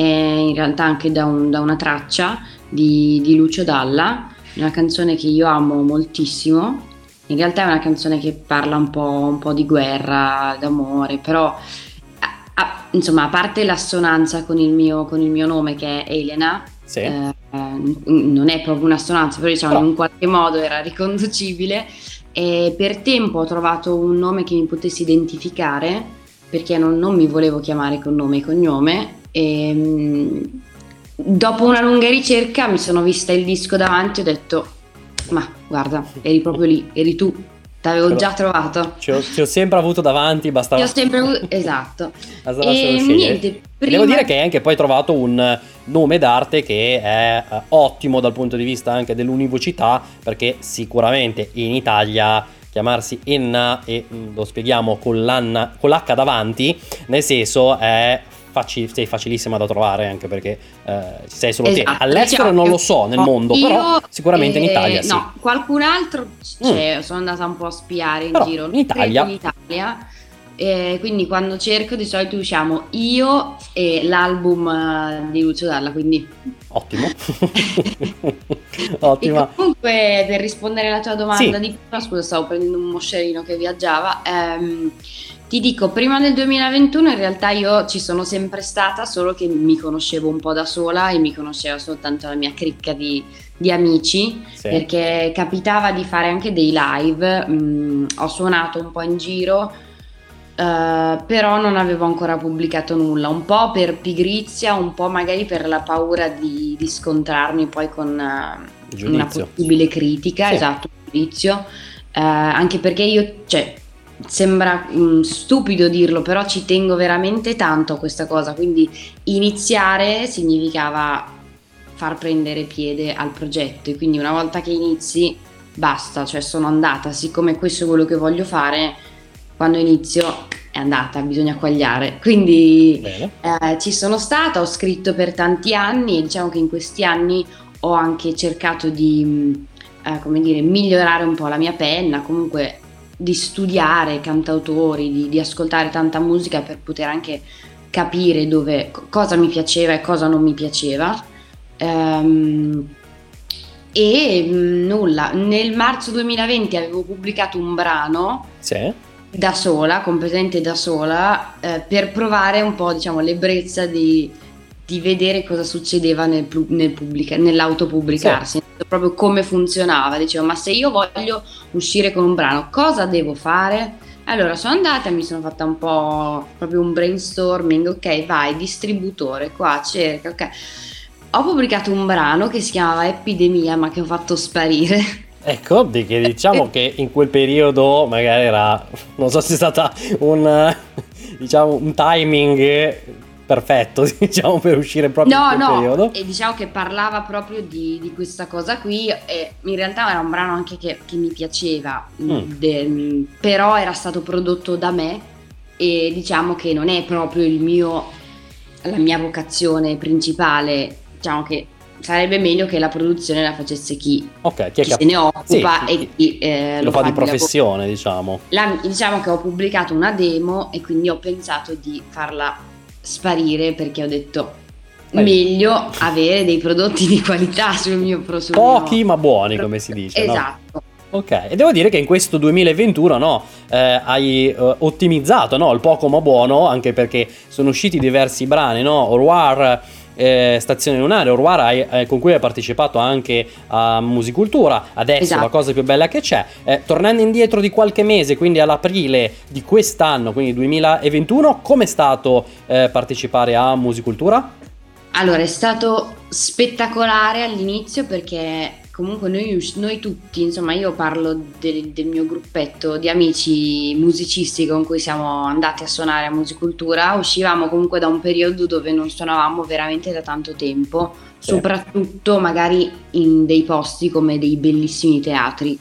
e in realtà anche da, un- da una traccia di, di Lucio Dalla, una canzone che io amo moltissimo. In realtà è una canzone che parla un po', un po' di guerra, d'amore, però a- a- insomma, a parte l'assonanza con il mio, con il mio nome che è Elena, Sì. eh, non è proprio un'assonanza, però diciamo Però- in un qualche modo era riconducibile. E per tempo ho trovato un nome che mi potessi identificare, perché non, non mi volevo chiamare con nome e cognome, e mm, dopo una lunga ricerca mi sono vista il disco davanti e ho detto ma guarda, eri proprio lì, eri tu, t'avevo Però- già trovato. Ci ho, ci ho sempre avuto davanti, bastava, Io ho sempre avuto, esatto. bastava solo E scegliere. niente, E prima devo dire che hai anche poi trovato un nome d'arte che è eh, ottimo dal punto di vista anche dell'univocità, perché sicuramente in Italia chiamarsi Enna, e mh, lo spieghiamo con l'Anna, con l'H davanti, nel senso è faci- sei facilissima da trovare, anche perché eh, ci sei solo te. Esatto, All'estero diciamo non che lo so nel ho- mondo, io, però sicuramente in eh, Italia sì. No, qualcun altro c'è, sono andata un po' a spiare in Però giro. in Italia- In Italia. Eh, quindi quando cerco di solito usciamo io e l'album eh, di Lucio Dalla, quindi Ottimo. e Ottima. comunque per rispondere alla tua domanda Sì. di prima, scusa, stavo prendendo un moscerino che viaggiava. ehm, ti dico, prima del duemilaventuno in realtà io ci sono sempre stata, solo che mi conoscevo un po' da sola e mi conosceva soltanto la mia cricca di, di amici, Sì. perché capitava di fare anche dei live. mh, ho suonato un po' in giro, eh, però non avevo ancora pubblicato nulla, un po' per pigrizia, un po' magari per la paura di, di scontrarmi poi con eh, Giudizio. una possibile critica, Sì. esatto, un giudizio, eh, anche perché io, cioè, sembra mh, stupido dirlo, però ci tengo veramente tanto a questa cosa, quindi iniziare significava far prendere piede al progetto, e quindi una volta che inizi basta, cioè sono andata, siccome questo è quello che voglio fare, quando inizio è andata, bisogna quagliare, quindi Bene. eh, ci sono stata, ho scritto per tanti anni e diciamo che in questi anni ho anche cercato di mh, eh, come dire, migliorare un po' la mia penna, comunque di studiare cantautori, di, di ascoltare tanta musica per poter anche capire dove, co- cosa mi piaceva e cosa non mi piaceva. Ehm, e mh, nulla, nel marzo duemilaventi avevo pubblicato un brano Sì. da sola, completamente da sola, eh, per provare un po', diciamo, l'ebbrezza di, di vedere cosa succedeva nel, plu- nel pubblica- nell'autopubblicarsi, proprio come funzionava. Dicevo, ma se io voglio uscire con un brano, cosa devo fare? Allora sono andata e mi sono fatta un po' proprio un brainstorming, ok, vai, distributore, qua, cerca, ok. Ho pubblicato un brano che si chiamava Epidemia, ma che ho fatto sparire Ecco, di che diciamo che in quel periodo magari era, non so se è stata un, diciamo, un timing perfetto, diciamo, per uscire proprio No, in quel no, periodo. e diciamo che parlava proprio di, di questa cosa qui, e in realtà era un brano anche che, che mi piaceva, Mm. de- però era stato prodotto da me e diciamo che non è proprio il mio, la mia vocazione principale, diciamo che sarebbe meglio che la produzione la facesse chi, Ok, chi è chi che se ne occupa sì, e chi eh, lo fa di lavoro. professione, diciamo. La- diciamo che ho pubblicato una demo e quindi ho pensato di farla sparire perché ho detto Beh. meglio avere dei prodotti di qualità sul mio pro- sul Pochi mio- ma buoni, come si dice, no? Esatto. Ok, e devo dire che in questo duemilaventuno, no, eh, hai eh, ottimizzato, no, il poco ma buono, anche perché sono usciti diversi brani, no? Au revoir, eh, Stazione Lunare, Au revoir, hai- eh, con cui hai partecipato anche a Musicultura, adesso Esatto. La cosa più bella che c'è. Eh, tornando indietro di qualche mese, quindi all'aprile di quest'anno, quindi duemilaventuno, com'è stato eh, partecipare a Musicultura? Allora, è stato spettacolare all'inizio perché comunque noi, us- noi tutti, insomma, io parlo del, del mio gruppetto di amici musicisti con cui siamo andati a suonare a Musicultura, uscivamo comunque da un periodo dove non suonavamo veramente da tanto tempo, Sì. soprattutto magari in dei posti come dei bellissimi teatri.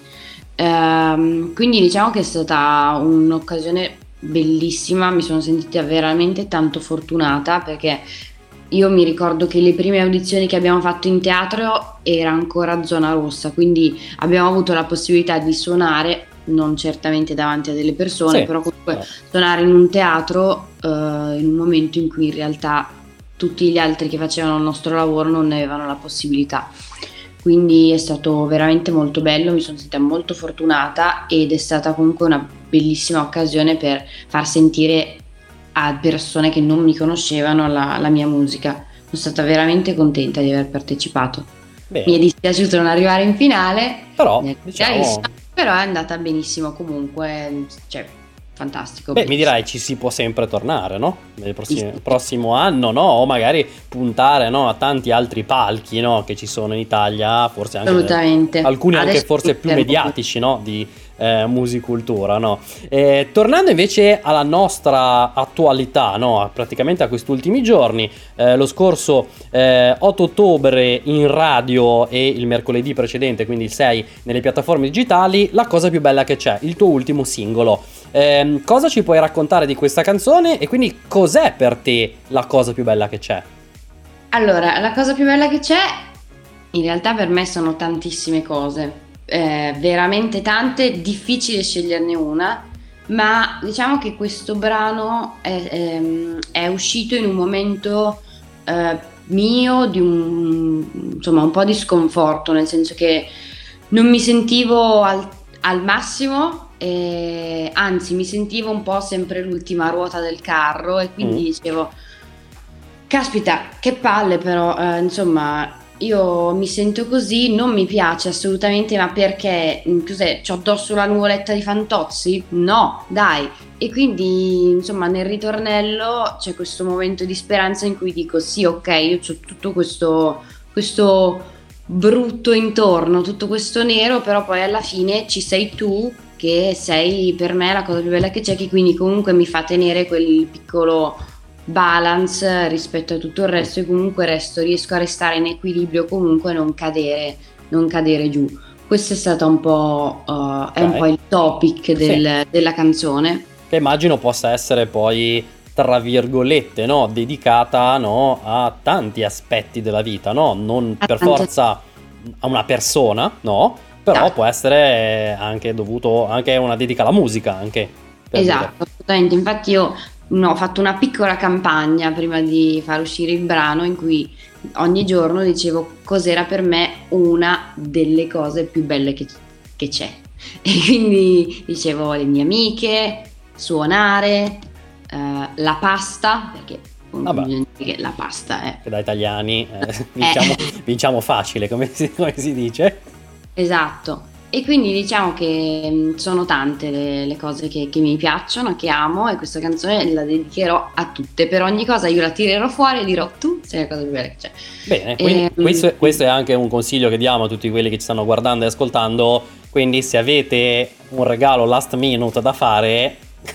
Ehm, quindi diciamo che è stata un'occasione bellissima, mi sono sentita veramente tanto fortunata perché io mi ricordo che le prime audizioni che abbiamo fatto in teatro era ancora zona rossa, quindi abbiamo avuto la possibilità di suonare, non certamente davanti a delle persone, Sì. però comunque No. suonare in un teatro eh, in un momento in cui in realtà tutti gli altri che facevano il nostro lavoro non ne avevano la possibilità. Quindi è stato veramente molto bello, mi sono sentita molto fortunata ed è stata comunque una bellissima occasione per far sentire a persone che non mi conoscevano la, la mia musica. Sono stata veramente contenta di aver partecipato. Bene. Mi è dispiaciuto non arrivare in finale, Però, eh, diciamo... chiarissimo, però è andata benissimo comunque, cioè fantastico. Beh, mi dirai ci si può sempre tornare, no? Nel prossimo, Sì. prossimo anno, no? O magari puntare, no, a tanti altri palchi, no? Che ci sono in Italia, forse anche Assolutamente. alcuni anche Adesso forse più fermo. mediatici, no? Di eh, musicultura, no? Eh, tornando invece alla nostra attualità, no? Praticamente a questi ultimi giorni, eh, lo scorso eh, otto ottobre in radio e il mercoledì precedente, quindi il sei, nelle piattaforme digitali, La cosa più bella che c'è, il tuo ultimo singolo. Ehm, cosa ci puoi raccontare di questa canzone e quindi cos'è per te la cosa più bella che c'è? Allora, la cosa più bella che c'è, in realtà per me sono tantissime cose, eh, veramente tante, difficile sceglierne una, ma diciamo che questo brano è, ehm, è uscito in un momento eh, mio di un, insomma, un po' di sconforto, nel senso che non mi sentivo al, al massimo, eh, anzi mi sentivo un po' sempre l'ultima ruota del carro e quindi Mm. dicevo, caspita, che palle però, eh, insomma, io mi sento così, non mi piace assolutamente, ma perché, mm, cos'è, c'ho addosso la nuvoletta di Fantozzi? No, dai. E quindi, insomma, nel ritornello c'è questo momento di speranza in cui dico, sì, ok, io c'ho tutto questo, questo brutto intorno, tutto questo nero, però poi alla fine ci sei tu, che sei per me la cosa più bella che c'è, che quindi comunque mi fa tenere quel piccolo balance rispetto a tutto il resto e comunque resto, riesco a restare in equilibrio, comunque non cadere, non cadere giù. Questo è stato un po', uh, è un Ok. po' il topic del- della canzone. Che immagino possa essere poi, tra virgolette, no? Dedicata, no? A tanti aspetti della vita, no? Non A per tante- forza a una persona, no? Però Esatto. può essere anche dovuto, anche una dedica alla musica, anche. per dire. Esatto, assolutamente. Infatti io no, ho fatto una piccola campagna prima di far uscire il brano in cui ogni giorno dicevo cos'era per me una delle cose più belle che, che c'è. E quindi dicevo le mie amiche, suonare, eh, la pasta, perché Vabbè. bisogna dire che la pasta è... Che da italiani eh, vinciamo, vinciamo facile, come si, come si dice. Esatto. E quindi diciamo che mh, sono tante le, le cose che, che mi piacciono, che amo, e questa canzone la dedicherò a tutte. Per ogni cosa io la tirerò fuori e dirò tu sei la cosa più bella che c'è. Bene, quindi E, questo, è, questo è anche un consiglio che diamo a tutti quelli che ci stanno guardando e ascoltando. Quindi se avete un regalo last minute da fare,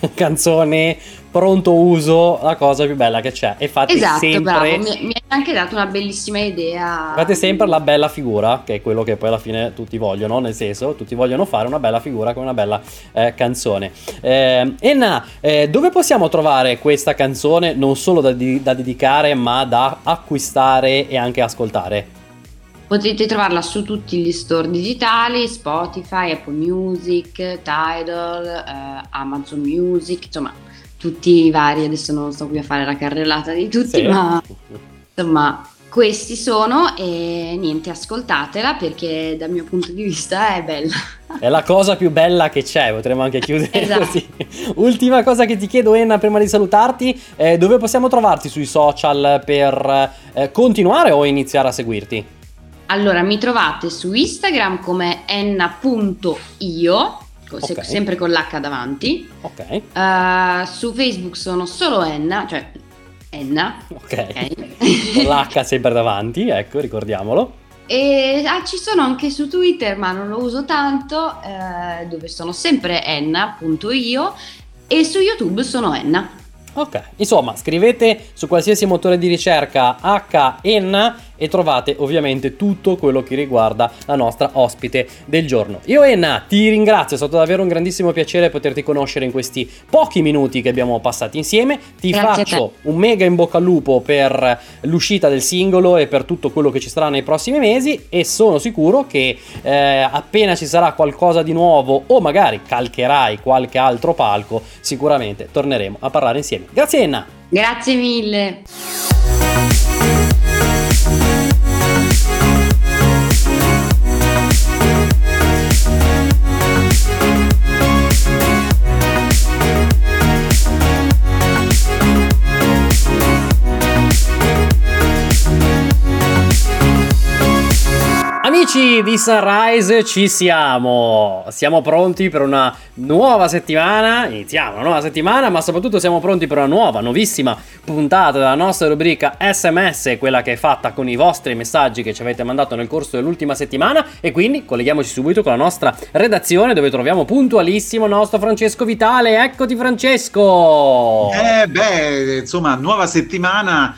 canzone pronto uso, la cosa più bella che c'è. E fate esatto, sempre bravo, mi, mi hai anche dato una bellissima idea. fate sempre la bella figura, che è quello che poi alla fine tutti vogliono, nel senso, tutti vogliono fare una bella figura con una bella eh, canzone. Eh, Enna, eh, dove possiamo trovare questa canzone non solo da, di- da dedicare, ma da acquistare e anche ascoltare? Potete trovarla su tutti gli store digitali, Spotify, Apple Music, Tidal, eh, Amazon Music, insomma tutti i vari. Adesso non sto qui a fare la carrellata di tutti, Sì. ma insomma questi sono, e niente, ascoltatela perché dal mio punto di vista è bella. È la cosa più bella che c'è, potremmo anche chiudere Esatto. così. Ultima cosa che ti chiedo, Enna, prima di salutarti, eh, dove possiamo trovarti sui social per eh, continuare o iniziare a seguirti? Allora, mi trovate su Instagram come enna punto io, co- se- Ok. sempre con l'H davanti. Ok, Eh, su Facebook sono solo Enna, cioè Enna, ok. ok? Con l'H sempre davanti, ecco, ricordiamolo. E ah, ci sono anche su Twitter, ma non lo uso tanto, eh, dove sono sempre enna punto io, e su YouTube sono Enna. Ok, insomma, scrivete su qualsiasi motore di ricerca H Enna e trovate ovviamente tutto quello che riguarda la nostra ospite del giorno. Io, Enna, ti ringrazio, è stato davvero un grandissimo piacere poterti conoscere in questi pochi minuti che abbiamo passati insieme. Ti Grazie a faccio un mega in bocca al lupo per l'uscita del singolo e per tutto quello che ci sarà nei prossimi mesi, e sono sicuro che eh, appena ci sarà qualcosa di nuovo o magari calcherai qualche altro palco, sicuramente torneremo a parlare insieme. Grazie, Enna! Grazie mille. Amici di Sunrise, ci siamo, siamo pronti per una nuova settimana, iniziamo una nuova settimana, ma soprattutto siamo pronti per una nuova, nuovissima puntata della nostra rubrica S M S, quella che è fatta con i vostri messaggi che ci avete mandato nel corso dell'ultima settimana, e quindi colleghiamoci subito con la nostra redazione, dove troviamo puntualissimo il nostro Francesco Vitale. Eccoti, Francesco! Eh beh, insomma, nuova settimana,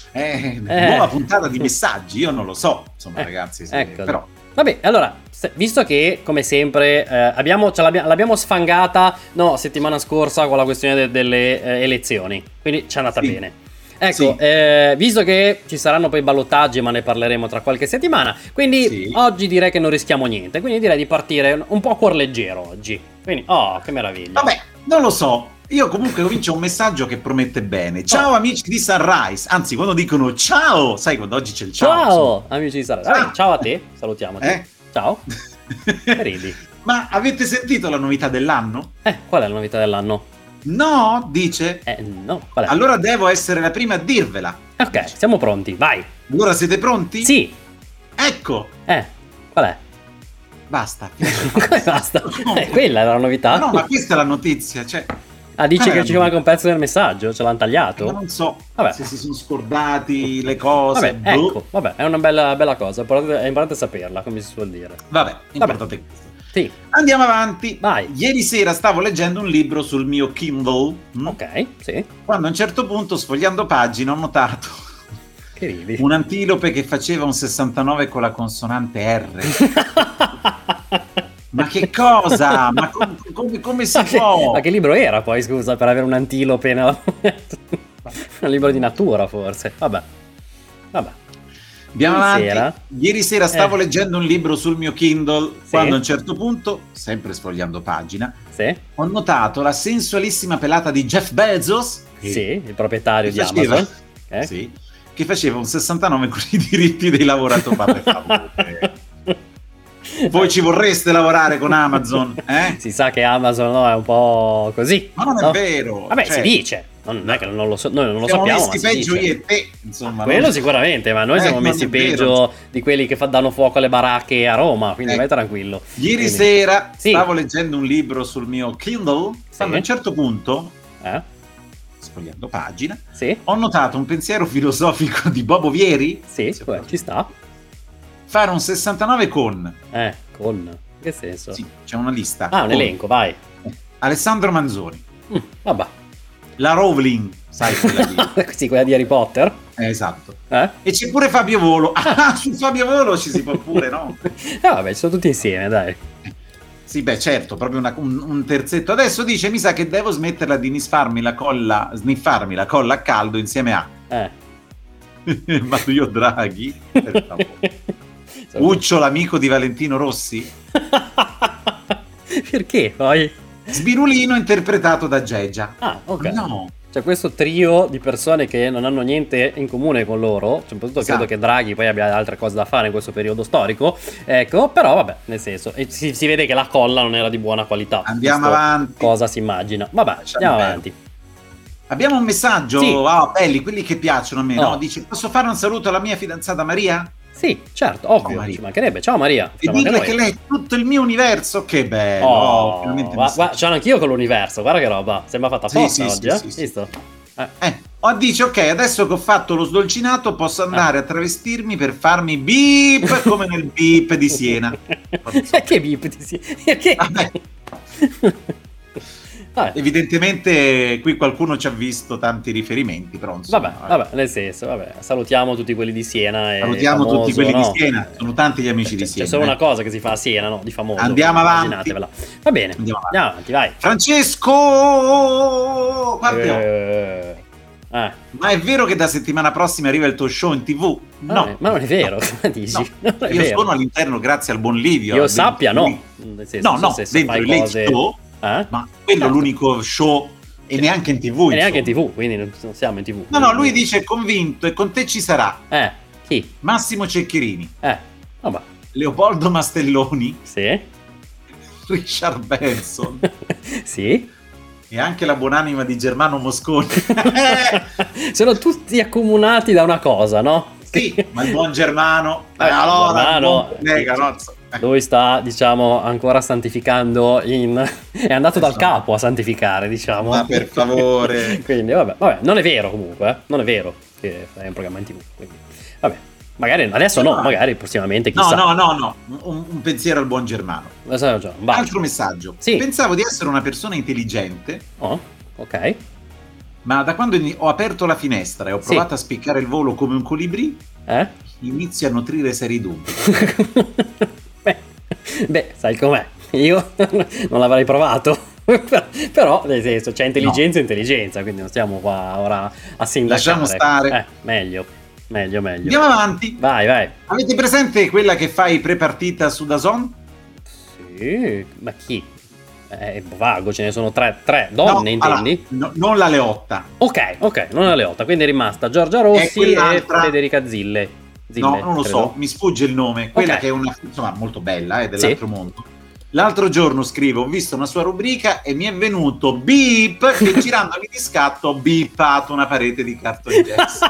eh, Eh. nuova puntata di messaggi, io non lo so, insomma, Eh, ragazzi, se- ecco. però... Vabbè, allora, se- visto che come sempre eh, abbiamo, ce l'abbia- l'abbiamo sfangata no, settimana scorsa con la questione de- delle eh, elezioni, quindi ci è andata Sì. bene. Ecco, Sì. eh, visto che ci saranno poi ballottaggi, ma ne parleremo tra qualche settimana, quindi Sì. oggi direi che non rischiamo niente, quindi direi di partire un po' a cuor leggero oggi. Quindi, oh, che meraviglia. Vabbè, non lo so. Io comunque comincio un messaggio che promette bene. Ciao amici di Sunrise. Anzi, quando dicono ciao, sai quando oggi c'è il ciao. Ciao, amici di Sara. Ciao. Vabbè, ciao a te, salutiamo. Eh? Ciao. insomma. Ridi. Ma avete sentito la novità dell'anno? Eh, qual è la novità dell'anno? No, dice. Eh, no, qual è? Allora devo essere la prima a dirvela. Ok, siamo pronti, vai. Allora siete pronti? Sì. Ecco, Eh, qual è? basta. Come basta? Eh, quella era la novità. Ma no, ma questa è la notizia, cioè, Ah, dici qual è che la ci manca un pezzo del messaggio? Ce l'hanno ma tagliato? non so Vabbè. se si sono scordati le cose. Vabbè, boh. ecco, vabbè, è una bella, bella cosa. È importante, è importante saperla, come si suol dire. Vabbè, importante è questo. Sì, Andiamo avanti. Vai. Ieri sera stavo leggendo un libro sul mio Kindle. mm, ok, sì. Quando a un certo punto, sfogliando pagina, ho notato Che ridi. un antilope che faceva un sessantanove con la consonante R. Ma che cosa? Ma com- come, come si Ma che, può? ma che libro era poi, scusa, per avere un antilope? No? Un libro di natura, forse. Vabbè. Vabbè. Andiamo Ieri avanti. sera? Ieri sera stavo Eh. leggendo un libro sul mio Kindle. Sì. Quando a un certo punto, sempre sfogliando pagina, Sì, ho notato la sensualissima pelata di Jeff Bezos. che- sì, il proprietario che di faceva- Amazon. Eh? Sì, che faceva un sessantanove con i diritti dei lavoratori. Per favore. Voi ci vorreste lavorare con Amazon? Eh? Si sa che Amazon no, è un po' così. Ma non è no? vero. Vabbè, Cioè, si dice. non è che non lo so, noi non lo siamo sappiamo, messi ma si peggio dice. io e te, insomma. Quello non- sicuramente, ma noi Eh, siamo non messi è vero. peggio di quelli che fa, danno fuoco alle baracche a Roma, quindi Eh. vai tranquillo. Ieri Quindi- sera Sì. stavo leggendo un libro sul mio Kindle, quando a un certo punto, Eh? sfogliando pagina, Sì? ho notato un pensiero filosofico di Bobo Vieri. Sì, beh, ci sta. Fare un sessantanove con, Eh, con... Che senso? sì, c'è una lista. Ah, un con elenco, vai. Alessandro Manzoni, Mm, vabbè. la Rowling, sai quella lì. Sì, quella di Harry Potter. Eh, esatto. Eh? E c'è pure Fabio Volo. Ah, su Fabio Volo ci si può pure, no? Eh, vabbè, ci sono tutti insieme, dai. Sì, beh, certo, proprio una- un, un terzetto. Adesso dice, mi sa che devo smetterla di nisfarmi la colla, sniffarmi la colla a caldo insieme a Eh. Mario Draghi, per favore. Uccio, l'amico di Valentino Rossi, Perché poi? Sbirulino interpretato da Geggia. Ah, ok. No, C'è questo trio di persone che non hanno niente in comune con loro, soprattutto Esatto. credo che Draghi poi abbia altre cose da fare in questo periodo storico, ecco, però vabbè, nel senso, e si, si vede che la colla non era di buona qualità. andiamo visto avanti. Cosa si immagina? Vabbè, Lasciamo andiamo perdere. avanti. Abbiamo un messaggio, Sì. ah, belli, quelli che piacciono a me, Oh. no? Dice, posso fare un saluto alla mia fidanzata Maria? Sì, certo, ovvio, Maria. ci mancherebbe. Ciao Maria. E Siamo anche dirle noi. che lei è tutto il mio universo, che bello. Oh, finalmente gua- messaggio. guarda, ce l'ho anch'io con l'universo, guarda che roba. Sembra fatta Sì, apposta sì, oggi, sì, eh? sì, sì. Visto? Eh. Eh, o dice, ok, adesso che ho fatto lo sdolcinato posso andare a travestirmi per farmi beep come nel beep di Siena. Che beep ti si... Perché? Vabbè, Vabbè. evidentemente qui qualcuno ci ha visto tanti riferimenti, però insomma, Vabbè, vabbè, nel senso, vabbè, salutiamo tutti quelli di Siena. E salutiamo famoso, tutti quelli no? di Siena, sono tanti gli amici C'è, di c'è Siena. solo eh. una cosa che si fa a Siena, no? Di famoso. Andiamo avanti. Immaginatevela. Va bene, Andiamo avanti. andiamo avanti, vai. Francesco! Guarda, Eh, eh, ma è vero che da settimana prossima arriva il tuo show in tivù? ma No, non è- ma non è vero, cosa dici? No. Non è Io vero. sono all'interno grazie al buon Livio. Io al sappia, dentro- no. Nel senso, No, so no, se- se dentro fai il Late cose- Show, Eh? ma quello è Certo. l'unico show e neanche in tivù. E neanche in insomma. tivù, quindi non non siamo in tivù. No, no, lui dice convinto e con te ci sarà Eh, chi? Massimo Ceccherini, Eh, vabbè, Leopoldo Mastelloni, sì. Richard Benson Sì. e anche la buonanima di Germano Mosconi. Sono tutti accomunati da una cosa, no? Sì, ma il buon Germano, eh, Eh, allora, Germano, il buon collega, no? Eh, Lui sta, diciamo, ancora santificando in... È andato dal Esatto. capo a santificare, diciamo. Ma per favore. Quindi, vabbè, vabbè, non è vero comunque, eh. Non è vero che è un programma in tivù, quindi... Vabbè, magari adesso no, No. magari prossimamente, No, chissà. no, no, no, un, un pensiero al buon Germano. Hai ragione, vai. Altro messaggio. Sì. Pensavo di essere una persona intelligente, Oh, ok. ma da quando ini- ho aperto la finestra e ho Sì. provato a spiccare il volo come un colibrì, Eh? inizio a nutrire seri dubbi. beh, beh, sai com'è? Io non l'avrei provato. Però, nel senso, c'è intelligenza e intelligenza, quindi non stiamo qua ora a sindacare. Lasciamo stare. Eh, meglio, meglio, meglio. Andiamo avanti. Vai, vai. Avete presente quella che fai pre-partita su DAZN? Sì, ma chi? È vago, ce ne sono tre, tre donne, No, intendi? allora, no, non la Leotta. Ok, ok, non è Leotta, quindi è rimasta Giorgia Rossi e quell'altra- Federica Zille. Zille, No, non lo credo. so, mi sfugge il nome. Quella Ok. che è una, insomma, molto bella, è dell'altro mondo. L'altro giorno scrivo, ho visto una sua rubrica e mi è venuto beep che girandomi di scatto ho beepato una parete di cartongesso.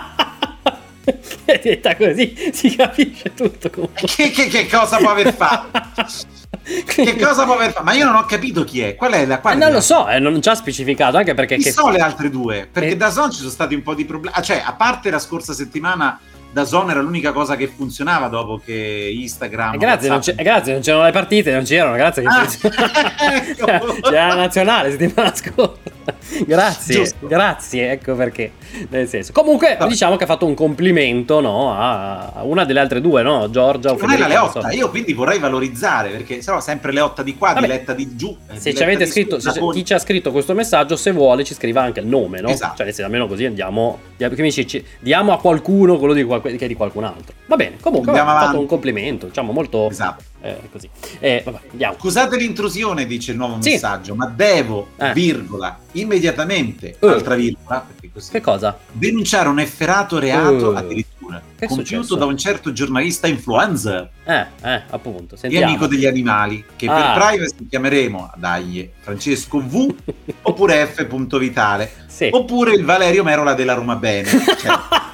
È detta così, si capisce tutto comunque. che, che, che cosa può aver fatto? Che cosa può aver fatto? Ma io non ho capito chi è. Qual è la Eh, quale non delle lo so, eh, non ci ha specificato, anche perché... Chi che- sono le altre due? Perché Eh. da DAZN ci sono stati un po' di problemi. Ah, cioè, a parte la scorsa settimana, DAZN era l'unica cosa che funzionava dopo che Instagram. Eh, grazie, non WhatsApp- c'è- eh, grazie, non c'erano le partite, non c'erano, grazie che Ah, c'era ecco. la nazionale settimana scorsa. Grazie, Giusto. grazie, ecco perché. Nel senso. Comunque, Vabbè. diciamo che ha fatto un complimento, no, a a una delle altre due, no? Giorgia o Non è la Federica, non so. Leotta, io quindi vorrei valorizzare perché sennò sempre Leotta di qua, Vabbè. Diletta di giù. eh, Se ci Diletta avete di scritto, su, se- Napoli. chi ci ha scritto questo messaggio, se vuole, ci scriva anche il nome, no? Esatto. Cioè, nel senso, almeno così andiamo. diamo- che mi dici, ci- diamo a qualcuno quello di qual- che è di qualcun altro. Va bene, comunque Andiamo ha fatto avanti. un complimento, diciamo, molto. Esatto. eh, così. Eh, vabbè, andiamo. Scusate l'intrusione, dice il nuovo Sì. messaggio, ma devo, Eh. virgola, immediatamente, Eh. altra virgola, perché così, Che cosa? denunciare un efferato reato Eh. addirittura addirittura, Che è compiuto successo? da un certo giornalista influencer Eh, eh, appunto, e sentiamo. amico degli animali, che per Ah. privacy chiameremo, dai, Francesco V oppure F. Vitale, Sì. oppure il Valerio Merola della Roma Bene. Cioè,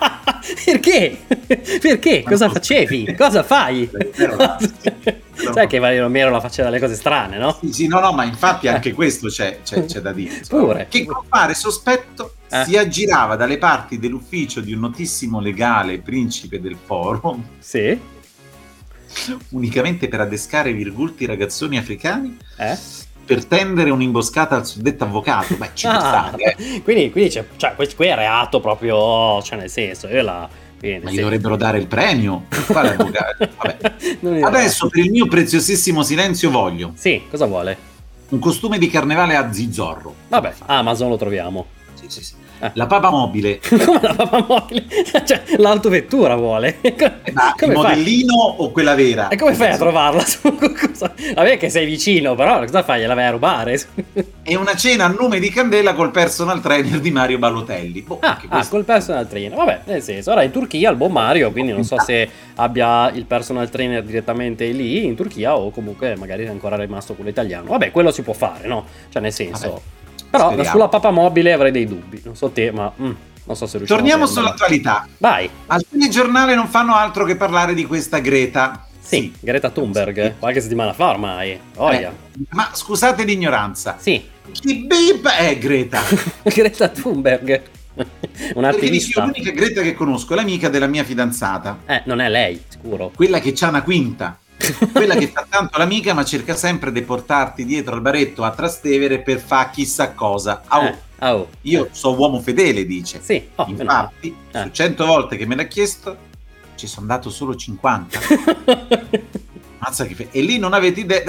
Perché? Perché? Cosa facevi? Cosa fai? Merola, Sai che Valerio Merola faceva delle cose strane, no? Sì, sì, no, no, ma infatti anche questo c'è, c'è, c'è da dire. insomma. Pure. Che con fare sospetto Eh. si aggirava dalle parti dell'ufficio di un notissimo legale principe del forum Sì. unicamente per adescare virgulti ragazzoni africani Eh? per tendere un'imboscata al suddetto avvocato. Beh, ci può Ah, stare, eh. quindi, quindi c'è, cioè, questo qui è reato proprio, cioè nel senso, io la... quindi, Ma sì. gli dovrebbero dare il premio. Quale avvocato? Vabbè. Non mi- Adesso per il mio preziosissimo silenzio voglio Sì, cosa vuole? un costume di carnevale a Zizzorro. Vabbè, Amazon lo troviamo. Sì, sì, sì. Eh. La papa mobile. Come la papamobile? Cioè, l'autovettura vuole. Ma il Come fai? modellino o quella vera? E come fai a trovarla? Cosa- Vabbè che sei vicino, però cosa fai? Gliela vai a rubare? E una cena a nome di candela col personal trainer di Mario Balotelli. Boh, Ah, anche ah, questo- col personal trainer. Vabbè, nel senso, ora in Turchia il buon Mario, quindi non so se abbia il personal trainer direttamente lì in Turchia o comunque magari è ancora rimasto quello italiano. Vabbè, quello si può fare, no? Cioè nel senso... Vabbè, però speriamo. sulla papamobile avrei dei dubbi. Non so te, ma mm, non so se riusciamo Torniamo a prenderla. sull'attualità. Vai. Alcuni giornali non fanno altro che parlare di questa Greta. Sì, Greta Thunberg, qualche settimana fa ormai. Oia. Eh, ma scusate l'ignoranza. Sì, Chi beep è Greta? Greta Thunberg. Un Perché dici, io attivista. l'unica Greta che conosco è l'amica della mia fidanzata, Eh, non è lei, sicuro. quella che c'ha una quinta. Quella che fa tanto l'amica ma cerca sempre di portarti dietro al baretto a Trastevere per fare chissà cosa. Au, Eh, oh. io so uomo fedele, dice. Sì, oh, meno Infatti, Eh. su cento volte che me l'ha chiesto, ci sono dato solo cinquanta. male. Mazza che fe- e lì non avete idea.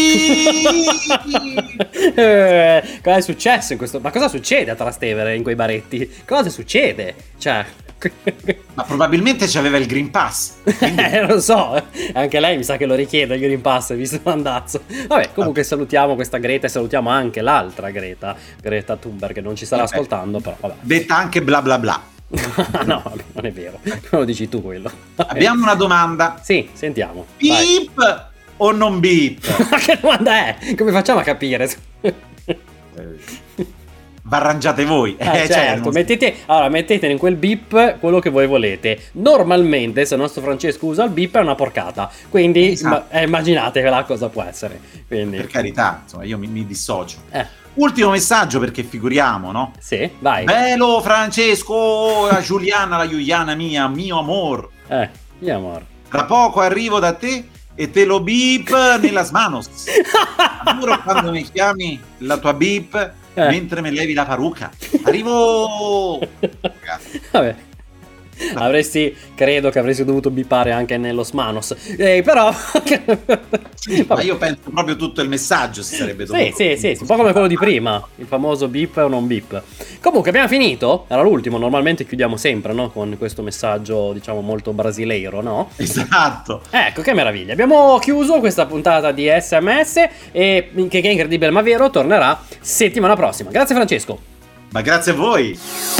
Bi! Eh, cosa è successo in questo? Ma cosa succede a Trastevere in quei baretti? Cosa succede? Cioè, Ma probabilmente c'aveva il Green Pass. Quindi eh, non so, anche lei mi sa che lo richiede il Green Pass, visto l'andazzo. Vabbè, comunque salutiamo questa Greta e salutiamo anche l'altra Greta, Greta Thunberg, che non ci starà Vabbè. ascoltando, però vabbè. detta anche bla bla bla. No, vabbè, non è vero, non lo dici tu quello. Vabbè. Abbiamo una domanda. Sì, sentiamo. Vai. Beep o non beep? Ma che domanda è? Come facciamo a capire? V'arrangiate voi. Eh, Eh, cioè, certo, non- mettete, allora, mettete in quel beep quello che voi volete. Normalmente, se il nostro Francesco usa il beep, è una porcata. Quindi, Esatto. ma- eh, immaginatevela cosa può essere. Quindi, Per carità, insomma, io mi, mi dissocio. eh, Ultimo messaggio perché figuriamo, no? sì, vai. Bello Francesco, la Giuliana, la Giuliana mia, mio amor. Eh, mio amor. Tra poco arrivo da te e te lo beep nella manos. Adoro quando mi chiami la tua beep Eh. mentre mi levi la parrucca. Arrivo! Vabbè. Avresti, credo che avresti dovuto bipare anche nello Smanos. Eh, però. Ma Vabbè. io penso proprio tutto il messaggio si sarebbe dovuto. Sì, sì, sì, sì, un po' come quello di prima, il famoso beep o non beep. Comunque abbiamo finito? Era l'ultimo, normalmente chiudiamo sempre, no? Con questo messaggio, diciamo, molto brasileiro, no? Esatto. Ecco, che meraviglia. Abbiamo chiuso questa puntata di S M S e che che è incredibile ma vero, tornerà settimana prossima. Grazie Francesco. Ma grazie a voi.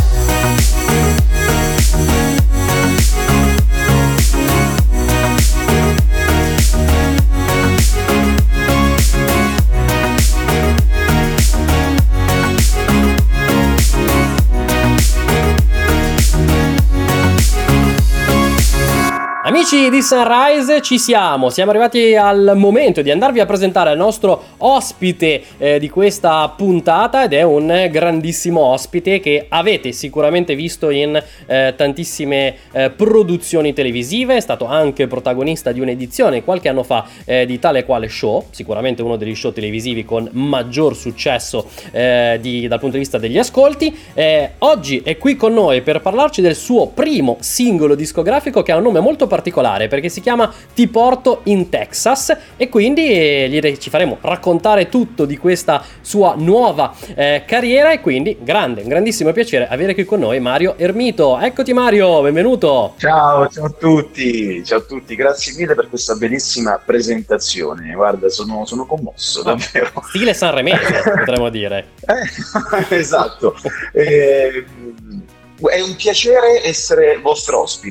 Amici di Sunrise, ci siamo, siamo arrivati al momento di andarvi a presentare il nostro ospite eh, di questa puntata ed è un grandissimo ospite che avete sicuramente visto in eh, tantissime eh, produzioni televisive, è stato anche protagonista di un'edizione qualche anno fa eh, di tale quale show, sicuramente uno degli show televisivi con maggior successo eh, di, dal punto di vista degli ascolti. Eh, oggi è qui con noi per parlarci del suo primo singolo discografico che ha un nome molto particolare perché si chiama Ti porto in Texas e quindi eh, gli, ci faremo raccontare tutto di questa sua nuova eh, carriera e quindi grande, un grandissimo piacere avere qui con noi Mario Ermito. Eccoti Mario, benvenuto. Ciao, ciao a tutti, ciao a tutti, grazie mille per questa bellissima presentazione, guarda sono, sono commosso davvero. Stile sanremese potremmo dire. Eh, esatto, eh, è un piacere essere vostro ospite,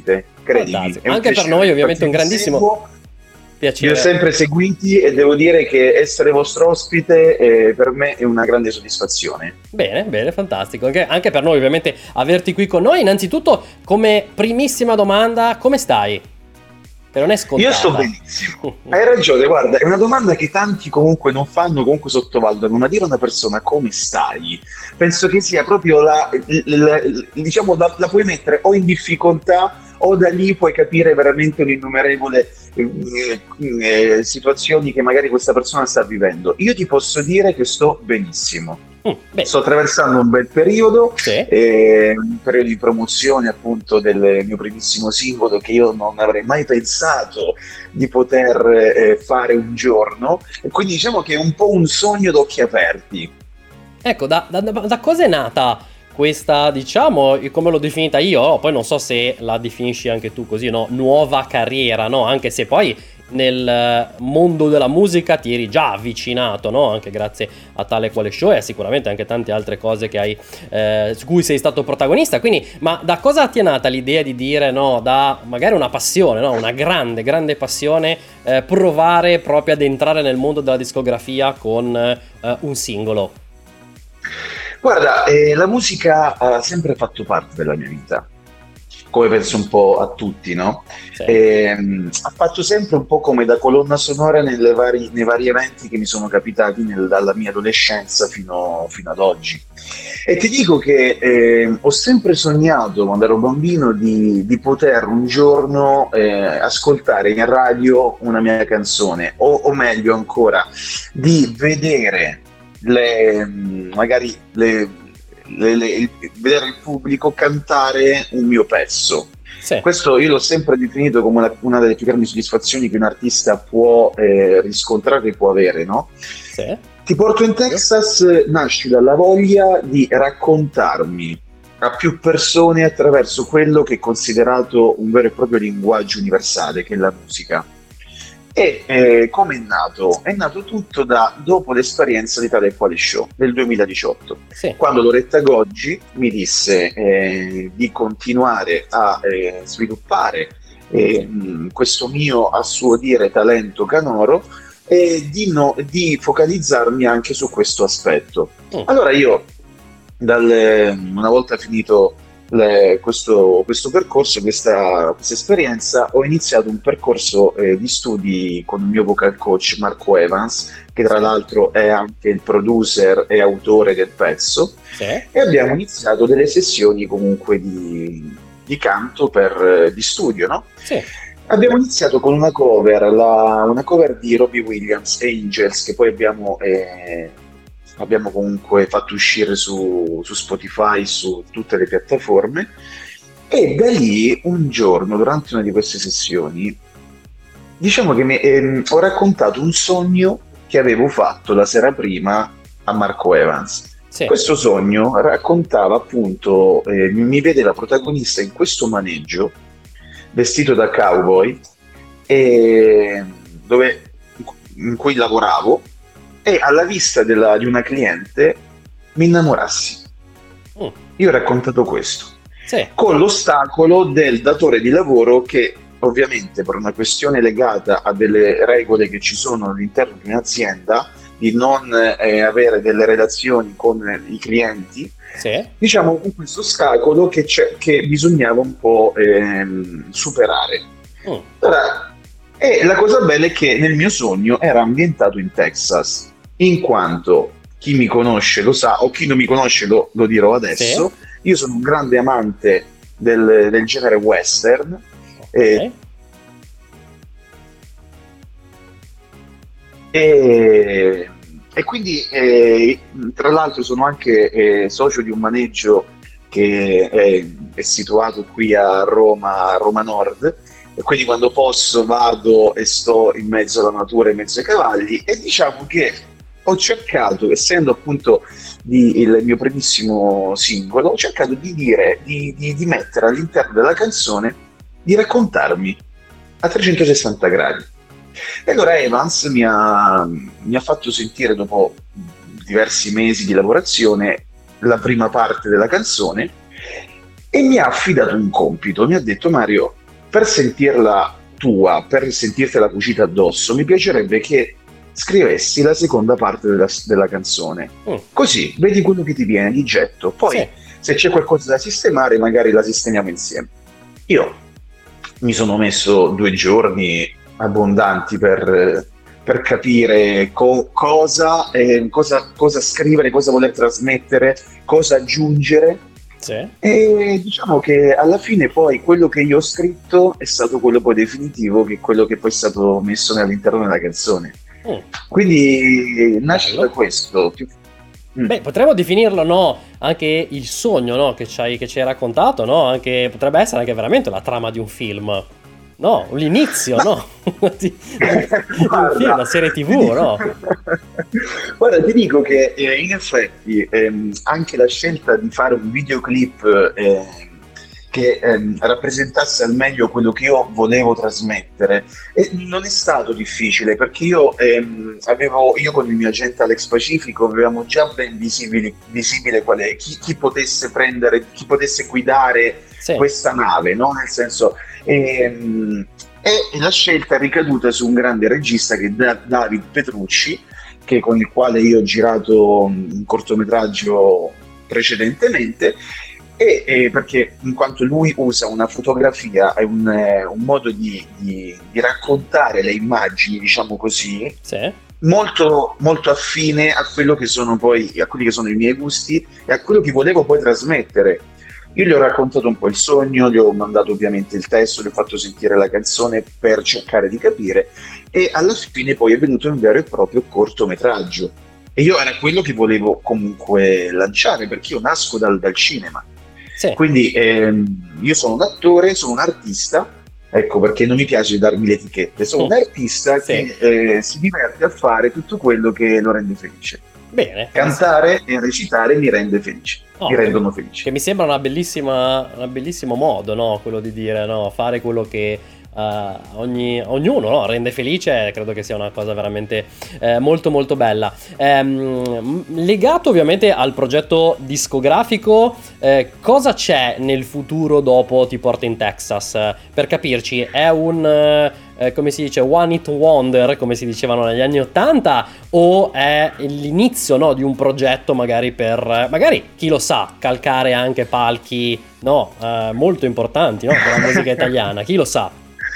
credimi. Fantastico. È un Anche per piacere. noi ovviamente un Infatti, grandissimo vi seguo, piacere. Vi ho sempre seguiti e devo dire che essere vostro ospite eh, per me è una grande soddisfazione. Bene, bene, fantastico. Anche, anche per noi ovviamente averti qui con noi. Innanzitutto, come primissima domanda, come stai? Che non è scontata. Io sto benissimo. Hai ragione, guarda, è una domanda che tanti comunque non fanno, comunque sottovalutano, ma dire a una persona come stai, penso che sia proprio la, la, la diciamo, la, la puoi mettere o in difficoltà o da lì puoi capire veramente un'innumerevole eh, eh, situazioni che magari questa persona sta vivendo. Io ti posso dire che sto benissimo. Mm, sto attraversando un bel periodo, sì. eh, un periodo di promozione appunto del mio primissimo singolo che io non avrei mai pensato di poter eh, fare un giorno, e quindi diciamo che è un po' un sogno d'occhi aperti. Ecco, da, da, da cosa è nata questa, diciamo, come l'ho definita io, poi non so se la definisci anche tu così, no? Nuova carriera, no? Anche se poi nel mondo della musica ti eri già avvicinato, no? Anche grazie a Tale Quale Show e sicuramente anche tante altre cose che hai, eh, su cui sei stato protagonista. Quindi, ma da cosa ti è nata l'idea di dire, no, da magari una passione, no? Una grande, grande passione, eh, provare proprio ad entrare nel mondo della discografia con eh, un singolo? Guarda, eh, la musica ha sempre fatto parte della mia vita, come penso un po' a tutti, no? Sì. Eh, ha fatto sempre un po' come da colonna sonora nelle vari, nei vari eventi che mi sono capitati nel, dalla mia adolescenza fino, fino ad oggi. E ti dico che eh, ho sempre sognato, quando ero bambino, di, di poter un giorno eh, ascoltare in radio una mia canzone, o, o meglio ancora, di vedere le, magari le, le, le, il, vedere il pubblico cantare un mio pezzo. Sì. Questo io l'ho sempre definito come una, una delle più grandi soddisfazioni che un artista può eh, riscontrare, può avere, no? Sì. Ti porto in Texas nasce dalla voglia di raccontarmi a più persone attraverso quello che è considerato un vero e proprio linguaggio universale, che è la musica. E eh, come è nato? È nato tutto da dopo l'esperienza di Tale Quale Show del duemiladiciotto, Sì. quando Loretta Goggi mi disse eh, di continuare a eh, sviluppare eh, mh, questo mio, a suo dire, talento canoro, e di, no, di focalizzarmi anche su questo aspetto. Mm. Allora io, dal, una volta finito le, questo, questo percorso, questa, questa esperienza, ho iniziato un percorso eh, di studi con il mio vocal coach Marco Evans, che tra l'altro è anche il producer e autore del pezzo, Sì. e abbiamo iniziato delle sessioni comunque di, di canto per, di studio, no? Sì. Abbiamo iniziato con una cover, la, una cover di Robbie Williams, Angels, che poi abbiamo, eh, abbiamo comunque fatto uscire su, su Spotify, su tutte le piattaforme, e da lì un giorno, durante una di queste sessioni, diciamo che mi, ehm, ho raccontato un sogno che avevo fatto la sera prima a Marco Evans. Sì. Questo sogno raccontava appunto, eh, mi vede la protagonista in questo maneggio, vestito da cowboy, e dove, in cui lavoravo, e alla vista della, di una cliente mi innamorassi. Mm. Io ho raccontato questo, Sì. con l'ostacolo del datore di lavoro che ovviamente, per una questione legata a delle regole che ci sono all'interno di un'azienda, di non eh, avere delle relazioni con i clienti, Sì. diciamo con questo ostacolo che, c'è, che bisognava un po' ehm, superare. Mm. Allora, e la cosa bella è che nel mio sogno era ambientato in Texas, in quanto chi mi conosce lo sa, o chi non mi conosce lo, lo dirò adesso, Sì. io sono un grande amante del, del genere western. Okay. E, e quindi eh, tra l'altro sono anche eh, socio di un maneggio che è, è situato qui a Roma, a Roma Nord, e quindi quando posso vado e sto in mezzo alla natura, in mezzo ai cavalli, e diciamo che ho cercato, essendo appunto di, il mio primissimo singolo, ho cercato di dire, di, di, di mettere all'interno della canzone, di raccontarmi a trecentosessanta gradi. E allora Evans mi ha, mi ha fatto sentire, dopo diversi mesi di lavorazione, la prima parte della canzone, e mi ha affidato un compito. Mi ha detto: Mario, per sentirla tua, per sentirtela cucita addosso, mi piacerebbe che scrivessi la seconda parte della, della canzone. Mm. Così vedi quello che ti viene di getto. Poi sì, se c'è qualcosa da sistemare, magari la sistemiamo insieme. Io mi sono messo due giorni abbondanti per, per capire co- cosa, eh, cosa, cosa scrivere, cosa voler trasmettere, cosa aggiungere. Sì. E diciamo che alla fine poi quello che io ho scritto è stato quello poi definitivo, che è quello che poi è stato messo all'interno della canzone. Mm. Quindi nasce da questo. Mm. Beh, potremmo definirlo, no, anche il sogno, no, che ci hai, che ci hai raccontato, no, anche potrebbe essere anche veramente la trama di un film. No, l'inizio, Ma... no? di, di un film, una serie tivù, no? Guarda, ti dico che eh, in effetti ehm, anche la scelta di fare un videoclip eh, che ehm, rappresentasse al meglio quello che io volevo trasmettere e non è stato difficile, perché io ehm, avevo io con il mio agente Alex Pacifico avevamo già ben visibili, visibile qual è chi, chi potesse prendere, chi potesse guidare sì. questa nave, no? Nel senso, ehm, e la scelta è ricaduta su un grande regista che è da- David Petrucci, che con il quale io ho girato un cortometraggio precedentemente. E, e perché in quanto lui usa una fotografia, è un, eh, un modo di, di, di raccontare le immagini, diciamo così, sì. molto, molto affine a quello che sono poi a quelli che sono i miei gusti e a quello che volevo poi trasmettere. Io gli ho raccontato un po' il sogno, gli ho mandato ovviamente il testo, gli ho fatto sentire la canzone per cercare di capire, e alla fine poi è venuto un vero e proprio cortometraggio. E io era quello che volevo comunque lanciare, perché io nasco dal, dal cinema. Sì. Quindi ehm, io sono un attore, sono un artista, ecco perché non mi piace darmi le etichette, sono un artista sì. che eh, si diverte a fare tutto quello che lo rende felice. Bene. Cantare e recitare mi rende felice, oh, mi rendono felice. Che mi sembra una bellissima, un bellissimo modo, no? Quello di dire, no? Fare quello che Uh, ogni, ognuno no, rende felice, credo che sia una cosa veramente eh, molto molto bella. Um, legato ovviamente al progetto discografico, eh, cosa c'è nel futuro dopo Ti porto in Texas? Per capirci, è un eh, come si dice, one hit wonder, come si dicevano negli anni ottanta, o è l'inizio, no, di un progetto magari per, magari chi lo sa, calcare anche palchi, no, eh, molto importanti, no, per la musica italiana, chi lo sa?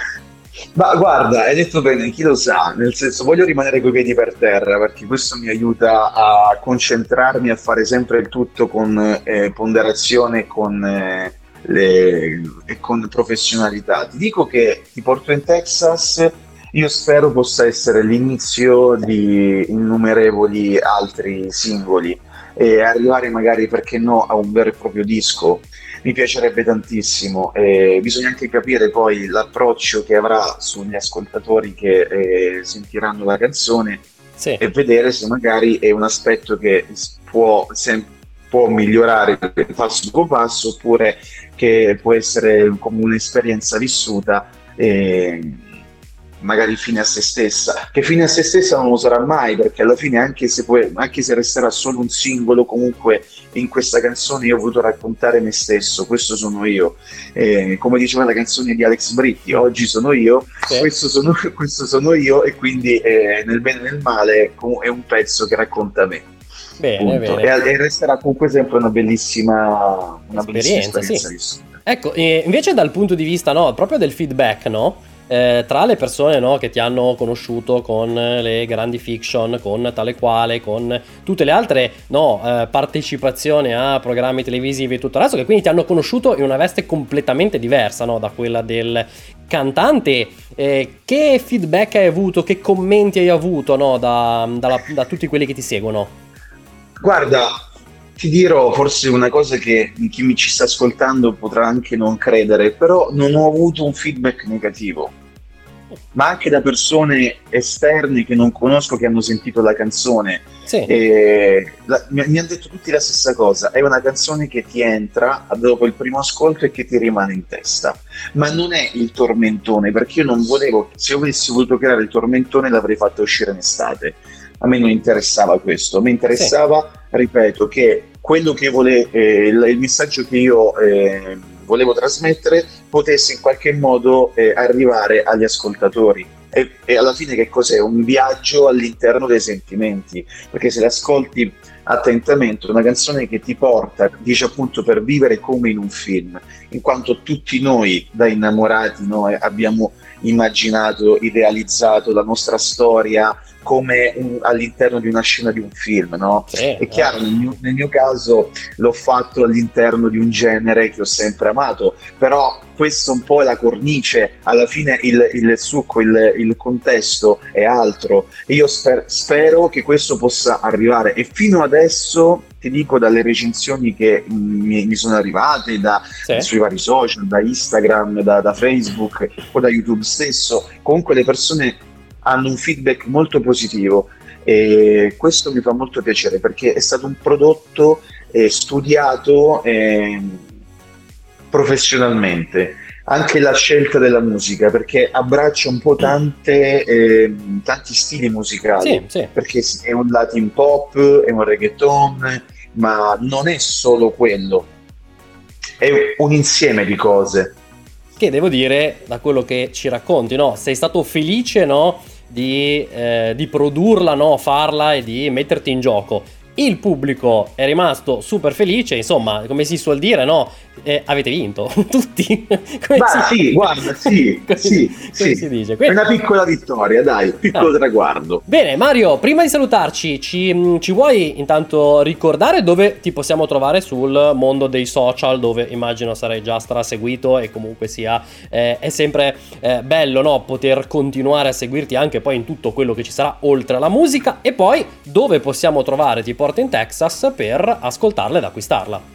Ma guarda, hai detto bene, chi lo sa, nel senso, voglio rimanere coi piedi per terra, perché questo mi aiuta a concentrarmi, a fare sempre il tutto con eh, ponderazione con, eh, le, e con professionalità. Ti dico che Ti porto in Texas, io spero possa essere l'inizio di innumerevoli altri singoli e arrivare magari, perché no, a un vero e proprio disco. Mi piacerebbe tantissimo, eh, bisogna anche capire poi l'approccio che avrà sugli ascoltatori che eh, sentiranno la canzone, sì. e vedere se magari è un aspetto che può, se, può migliorare passo dopo passo, oppure che può essere come un'esperienza vissuta eh, magari fine a se stessa, che fine a se stessa non lo sarà mai, perché alla fine anche se, può, anche se resterà solo un singolo, comunque in questa canzone io ho voluto raccontare me stesso, questo sono io, eh, come diceva la canzone di Alex Britti, oggi sono io, sì. questo, sono, questo sono io, e quindi eh, nel bene e nel male è un pezzo che racconta me. Bene, bene. E, e resterà comunque sempre una bellissima, una esperienza, bellissima esperienza sì. vissuta. Ecco, eh, invece dal punto di vista, no, proprio del feedback, no? Eh, tra le persone, no, che ti hanno conosciuto con le grandi fiction, con Tale Quale, con tutte le altre, no, eh, partecipazioni a programmi televisivi e tutto il resto, che quindi ti hanno conosciuto in una veste completamente diversa, no, da quella del cantante, eh, che feedback hai avuto, che commenti hai avuto, no, da, da, da tutti quelli che ti seguono? Guarda, ti dirò forse una cosa che chi mi ci sta ascoltando potrà anche non credere, però non ho avuto un feedback negativo, ma anche da persone esterne che non conosco, che hanno sentito la canzone. Sì. E la, mi, mi hanno detto tutti la stessa cosa: è una canzone che ti entra dopo il primo ascolto e che ti rimane in testa, ma non è il tormentone, perché io non volevo, se avessi voluto creare il tormentone l'avrei fatto uscire in estate. A me non interessava questo, mi interessava, sì. ripeto, che quello che vole, eh, il, il messaggio che io eh, volevo trasmettere potesse in qualche modo eh, arrivare agli ascoltatori. E, e alla fine che cos'è? Un viaggio all'interno dei sentimenti, perché se l'ascolti attentamente una canzone che ti porta, dice appunto, per vivere come in un film, in quanto tutti noi da innamorati noi abbiamo immaginato, idealizzato la nostra storia come un, all'interno di una scena di un film, no? Sì, è chiaro, nel mio, nel mio caso l'ho fatto all'interno di un genere che ho sempre amato, però questo un po' è la cornice, alla fine il, il succo, il, il contesto è altro, e io sper, spero che questo possa arrivare, e fino adesso ti dico, dalle recensioni che mi, mi sono arrivate da, sì. sui vari social, da Instagram, da, da Facebook o da YouTube stesso, comunque le persone hanno un feedback molto positivo, e questo mi fa molto piacere, perché è stato un prodotto eh, studiato eh, professionalmente. Anche la scelta della musica, perché abbraccia un po' tante, eh, tanti stili musicali, sì, sì. perché è un Latin pop, è un reggaeton, ma non è solo quello, è un insieme di cose. Che devo dire, da quello che ci racconti, no? Sei stato felice, no? Di, eh, di produrla, no? Farla e di metterti in gioco. Il pubblico è rimasto super felice, insomma, come si suol dire, no? Eh, avete vinto tutti. Come Ma si... sì, guarda, sì, come sì, come sì. si dice? È una piccola vittoria, dai, piccolo ah. traguardo. Bene, Mario, prima di salutarci, ci, ci vuoi intanto ricordare dove ti possiamo trovare sul mondo dei social, dove immagino sarai già straseguito e comunque sia eh, è sempre eh, bello, no? Poter continuare a seguirti anche poi in tutto quello che ci sarà oltre alla musica, e poi dove possiamo trovare Ti Porta in Texas per ascoltarla ed acquistarla.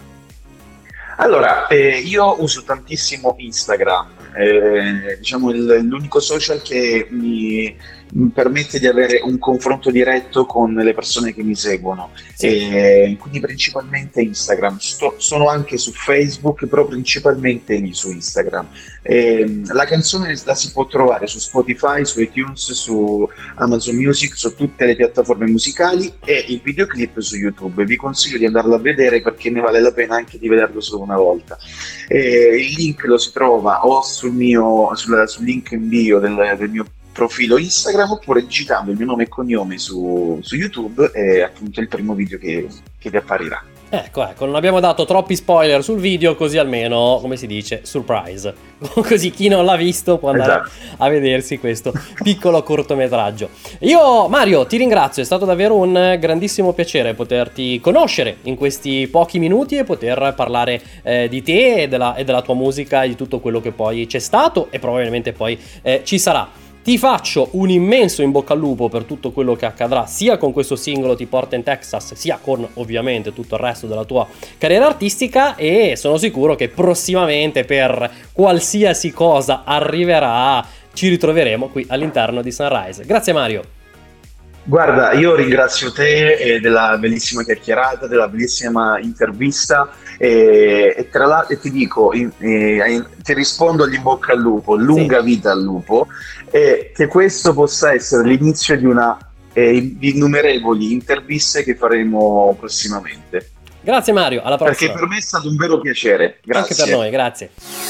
Allora, eh, io uso tantissimo Instagram, eh, diciamo il, l'unico social che mi, mi permette di avere un confronto diretto con le persone che mi seguono, sì. eh, quindi principalmente Instagram. Sto, sono anche su Facebook, però principalmente lì su Instagram. Eh, la canzone la si può trovare su Spotify, su iTunes, su Amazon Music, su tutte le piattaforme musicali, e il videoclip su YouTube. Vi consiglio di andarlo a vedere, perché ne vale la pena anche di vederlo solo una volta. Eh, il link lo si trova o sul mio sul, sul link in bio del, del mio profilo Instagram, oppure digitando il mio nome e cognome su, su YouTube, è appunto il primo video che, che vi apparirà. Ecco, ecco, non abbiamo dato troppi spoiler sul video, così almeno, come si dice, surprise. Così chi non l'ha visto può andare esatto. a vedersi questo piccolo cortometraggio. Io, Mario, ti ringrazio, è stato davvero un grandissimo piacere poterti conoscere in questi pochi minuti e poter parlare eh, di te e della, e della tua musica e di tutto quello che poi c'è stato e probabilmente poi eh, ci sarà. Ti faccio un immenso in bocca al lupo per tutto quello che accadrà, sia con questo singolo Ti Porta in Texas, sia con ovviamente tutto il resto della tua carriera artistica, e sono sicuro che prossimamente, per qualsiasi cosa arriverà, ci ritroveremo qui all'interno di Sunrise. Grazie Mario. Guarda, io ringrazio te eh, della bellissima chiacchierata, della bellissima intervista, eh, e tra l'altro ti dico, eh, eh, ti rispondo agli in bocca al lupo, lunga sì. vita al lupo, e che questo possa essere l'inizio di una eh, di innumerevoli interviste che faremo prossimamente. Grazie Mario, alla prossima. Perché per me è stato un vero piacere. Grazie. Anche per noi, grazie.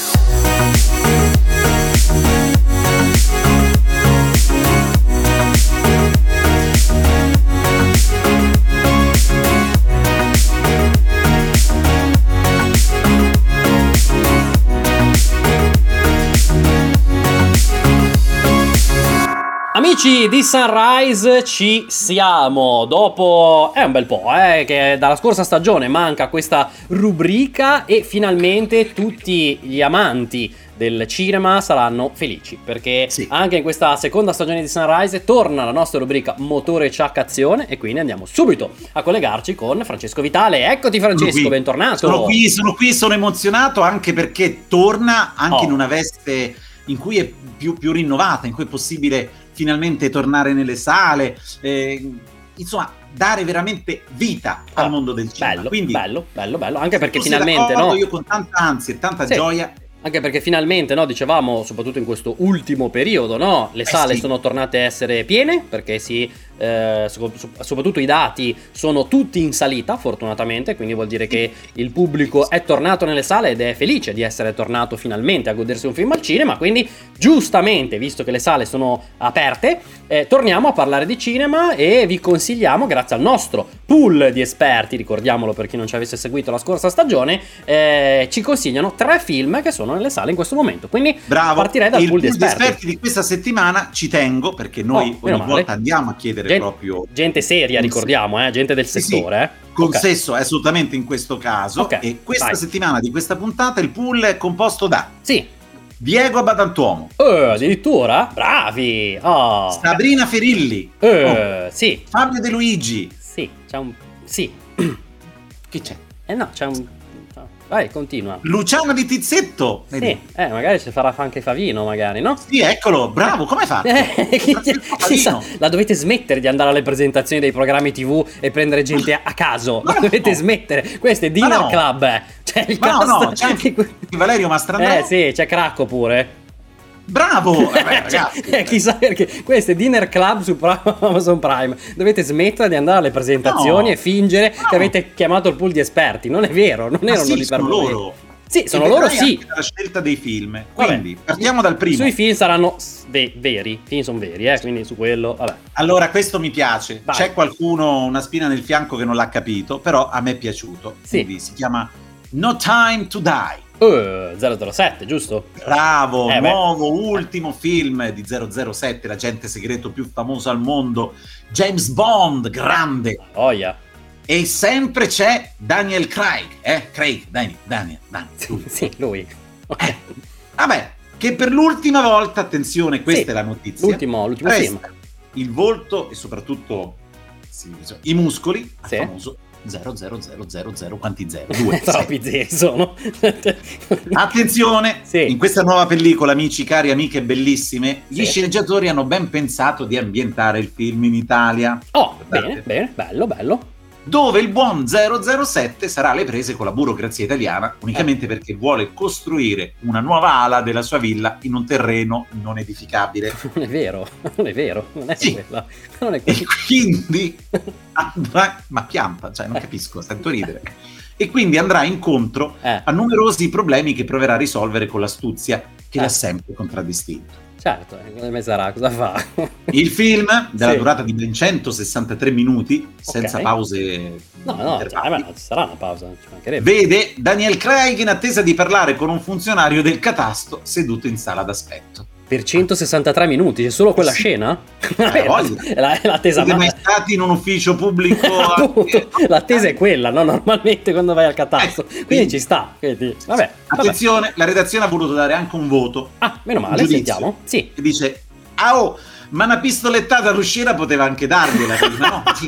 Amici di Sunrise, ci siamo. Dopo è un bel po' eh, che dalla scorsa stagione manca questa rubrica, e finalmente tutti gli amanti del cinema saranno felici, perché sì. anche in questa seconda stagione di Sunrise torna la nostra rubrica Motore Ciak Azione, e quindi andiamo subito a collegarci con Francesco Vitale. Eccoti Francesco, sono bentornato. Sono qui, sono qui, sono emozionato anche perché torna anche oh. in una veste in cui è più, più rinnovata, in cui è possibile finalmente tornare nelle sale, eh, insomma dare veramente vita al oh, mondo del cinema. Bello, Quindi, bello, bello, bello, anche perché finalmente, no? Io con tanta ansia e tanta sì. gioia. Anche perché finalmente, no, dicevamo, soprattutto in questo ultimo periodo, no, le eh sale sì. sono tornate a essere piene, perché si eh, soprattutto i dati sono tutti in salita fortunatamente, quindi vuol dire che il pubblico è tornato nelle sale ed è felice di essere tornato finalmente a godersi un film al cinema, quindi giustamente, visto che le sale sono aperte, eh, torniamo a parlare di cinema e vi consigliamo, grazie al nostro pool di esperti, ricordiamolo per chi non ci avesse seguito la scorsa stagione, eh, ci consigliano tre film che sono nelle sale in questo momento, quindi bravo, partirei dal il pool di esperti. di esperti di questa settimana ci tengo, perché noi Oh, ogni male. volta andiamo a chiedere Gen- proprio gente seria, ricordiamo, eh, gente del Sì, settore, sì. eh. Consesso assolutamente in questo caso. Ok, e questa vai. settimana di questa puntata il pool è composto da Sì. Diego Abadantuomo, Eh, addirittura? Bravi! Oh. Sabrina Ferilli, Eh, sì, Fabio De Luigi. sì, c'è un... sì. Chi c'è? Eh no, c'è un... Vai, continua. Luciano Di Tizzetto. Sì, eh, magari ci farà anche Favino, magari, no? Sì, eccolo, bravo, come hai fatto? Eh, chi- Francesco chissà, Favino. la dovete smettere di andare alle presentazioni dei programmi tivù e prendere gente a, a caso. Ma La no. dovete smettere. Questo è Ma Dinner no. Club. eh. C'è il Ma no, cast. no, c'è anche Valerio Mastrandò. Eh sì, c'è Cracco pure. Bravo! Eh, beh, Cioè, ragazzi. eh, chissà perché questo è Dinner Club su Pro- Amazon Prime. Dovete smettere di andare alle presentazioni No. e fingere No. che avete chiamato il pool di esperti. Non è vero, non Ma erano sì, lì per sono voi. loro. Sì, sono E loro, vedrai sì. anche dalla scelta dei film. Vabbè. Quindi partiamo dal primo. Sui film saranno s- ve- veri, i film sono veri, eh, quindi su quello, vabbè. Allora, questo mi piace. Vai. C'è qualcuno, una spina nel fianco che non l'ha capito, però a me è piaciuto. Sì. Quindi si chiama No Time to Die. Uh, zero zero sette, giusto? Bravo, Eh, beh. nuovo, ultimo film di zero zero sette, l'agente segreto più famoso al mondo, James Bond, grande. Oia. E sempre c'è Daniel Craig, eh? Craig, Daniel, Daniel, Daniel. lui. Sì, lui. Ok. Eh, vabbè, che per l'ultima volta, attenzione, questa Sì, è la notizia, L'ultimo, l'ultimo film. resta il volto e soprattutto sì, i muscoli al Sì. famoso zero zero zero zero zero quanti zero? due. Troppi zeri sono. Attenzione, Sì. in questa nuova pellicola, amici, cari amiche bellissime, gli Sì. sceneggiatori hanno ben pensato di ambientare il film in Italia, Oh, Guardate. bene, bene, bello, bello. dove il buon zero zero sette sarà alle prese con la burocrazia italiana unicamente perché vuole costruire una nuova ala della sua villa in un terreno non edificabile. Non è vero, non è vero, non è Sì. quella. Non è E quella. quindi andrà, ma pianta, cioè non capisco, sento ridere. E quindi andrà incontro Eh, a numerosi problemi che proverà a risolvere con l'astuzia che Eh. l'ha sempre contraddistinto. certo, eh, come sarà, cosa fa? Il film, della Sì. durata di ben centosessantatré minuti, senza Ok. pause, No, no, cioè, intervalli, ma non ci sarà una pausa, ci mancherebbe. vede Daniel Craig in attesa di parlare con un funzionario del catasto seduto in sala d'aspetto. Per centosessantatré minuti, c'è solo quella Sì. scena? Eh, voglio. È la- è l'attesa Siete ma- mai stati in un ufficio pubblico? Appunto, l'attesa è quella, no? Normalmente quando vai al catasto. Eh, Quindi quindi- ci sta. Quindi, vabbè, vabbè. Attenzione, la redazione ha voluto dare anche un voto. Ah, meno male, Giudizio. sentiamo. Sì. E dice: ah, oh, ma una pistolettata all'uscita poteva anche dargliela prima, no? Sì.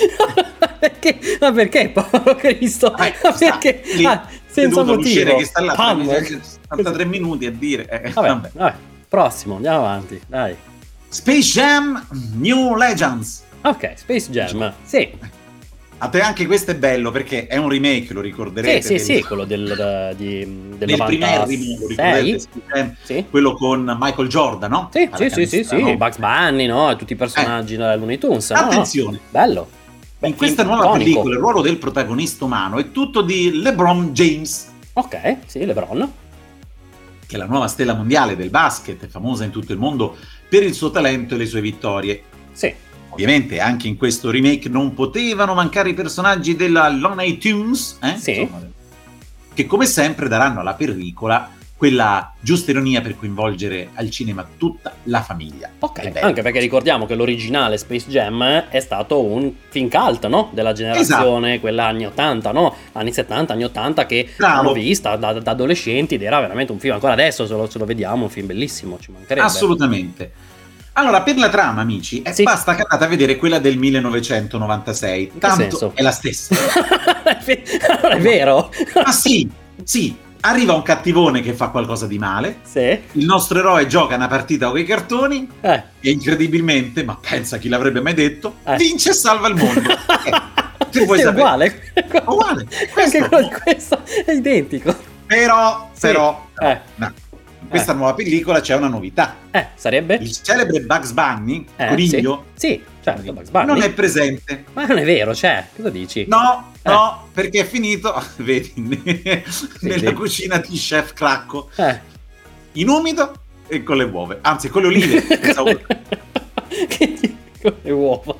Perché? Ma perché, povero Cristo? Eh, Ma sta perché? lì, Ah, senza seduto all'usciere motivo. che sta là Pam. settantatré minuti a dire eh, Vabbè, vabbè. vabbè, prossimo, andiamo avanti, dai. Space Jam New Legends. Ok, Space Jam. Sì, A te anche questo è bello perché è un remake, lo sì, ricorderete. sì, del- sì, quello del, eh, di, del del primerrimo, lo ricordate? novantasei. Space Jam, Sì. quello con Michael Jordan, no? Sì, Alla sì, sì, sì, canestra, sì, no? Bugs Bunny, no? Tutti i personaggi della Looney Tunes. no, no. Attenzione, Bello. Beh, in questa film nuova iconico. pellicola il ruolo del protagonista umano è tutto di LeBron James, Ok, sì, LeBron. che è la nuova stella mondiale del basket, è famosa in tutto il mondo per il suo talento e le sue vittorie. Sì. Ovviamente anche in questo remake non potevano mancare i personaggi della Looney Tunes, eh? Sì. Insomma, che come sempre daranno alla pellicola quella giusta ironia per coinvolgere al cinema tutta la famiglia. Ok, È bello. anche perché ricordiamo che l'originale Space Jam è stato un film cult, no? Della generazione, Esatto. quella anni ottanta, no? Anni settanta, anni ottanta che Bravo. hanno vista da, da adolescenti ed era veramente un film, ancora adesso se lo, se lo vediamo, un film bellissimo, ci mancherebbe. Assolutamente. Allora, per la trama, amici, è Sì. basta che andate a vedere quella del millenovecentonovantasei. che Tanto senso? è la stessa. Non è vero? Ah sì, sì. Arriva un cattivone che fa qualcosa di male. Sì. Il nostro eroe gioca una partita con i cartoni Eh. e incredibilmente, ma pensa chi l'avrebbe mai detto, Eh. vince e salva il mondo. Eh, che vuoi Sì, è sapere? uguale. Uguale. Anche Questo- quello di questo è identico. Però, Sì. però, Eh. no. in questa Eh. nuova pellicola c'è una novità. Eh, sarebbe? Il celebre Bugs Bunny, Eh, coniglio, Sì, sì, certo, Bugs Bunny. non è presente. Ma non è vero, c'è. Cosa dici? No, Eh. no, perché è finito, vedi, ne- nella sì. cucina di Chef Cracco, Eh. in umido e con le uova, anzi con le olive. Pensavo- Che dico le uova.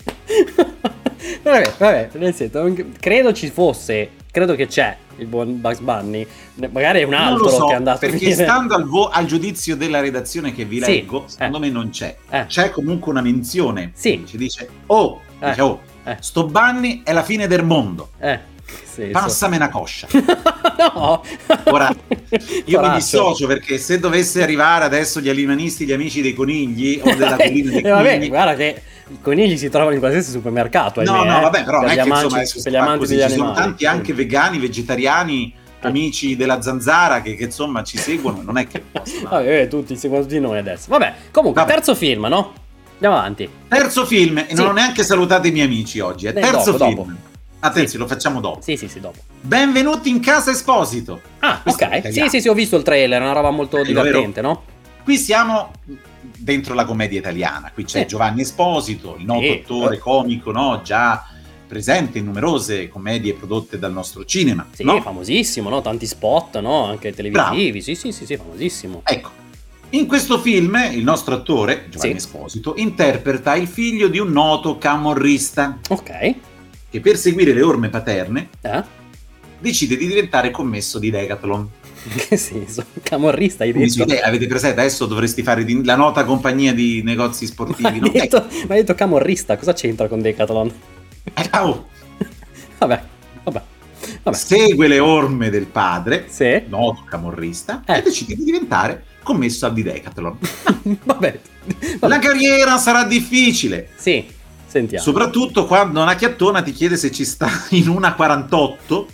Vabbè, vabbè, nel senso, credo ci fosse, credo che c'è il buon Bugs Bunny, magari è un non altro lo so, che è andato a perché finire. stando al, vo- al giudizio della redazione che vi Sì, leggo, secondo eh. me non c'è. Eh. C'è comunque una menzione. Sì. Ci dice, oh, Eh. dice, oh, Eh. sto Bunny è la fine del mondo. Eh, che senso? Passami una coscia. No. Ora, io mi Coraggio. dissocio, perché se dovesse arrivare adesso gli animanisti, gli amici dei conigli o della collina dei Eh, vabbè, conigli, guarda che i conigli si trovano in qualsiasi supermercato. no, ahimè, no, eh, vabbè, però non per è gli che amanti, insomma adesso per gli sta amanti così, degli ci sono animali. tanti anche vegani, vegetariani, amici della zanzara che, che insomma ci seguono, non è che possono. Vabbè, eh, tutti seguono tutti noi adesso. Vabbè, comunque, Vabbè. terzo film, no? Andiamo avanti. Terzo film, e Sì. non ho neanche salutato i miei amici oggi, eh. Eh, Terzo dopo, film. dopo. Attenzione, lo facciamo dopo. Sì, sì, sì, dopo. Benvenuti in casa Esposito. Ah, Questo è ok. Sì, italiano. sì, sì, ho visto il trailer, è una roba molto Bello, divertente, no? Qui siamo dentro la commedia italiana, qui c'è Sì. Giovanni Esposito, il noto Sì. attore comico, no? Già presente in numerose commedie prodotte dal nostro cinema. Sì, no? famosissimo, no? Tanti spot, no? Anche televisivi. Sì, sì, sì, sì, famosissimo. Ecco, in questo film il nostro attore, Giovanni Sì. Esposito, interpreta il figlio di un noto camorrista Ok. che per seguire le orme paterne Eh? decide di diventare commesso di Decathlon. In che senso? Camorrista hai Quindi, detto? eh, avete presente, adesso dovresti fare di- la nota compagnia di negozi sportivi, Hai no? detto, ma hai detto camorrista, cosa c'entra con Decathlon? Eh, oh, Vabbè, vabbè, vabbè. segue le orme del padre, Sì. noto camorrista, Eh. e decide di diventare commesso di Decathlon. Vabbè. La Vabbè. carriera sarà difficile, Sì, sentiamo. soprattutto quando una chiattona ti chiede se ci sta in una quarantotto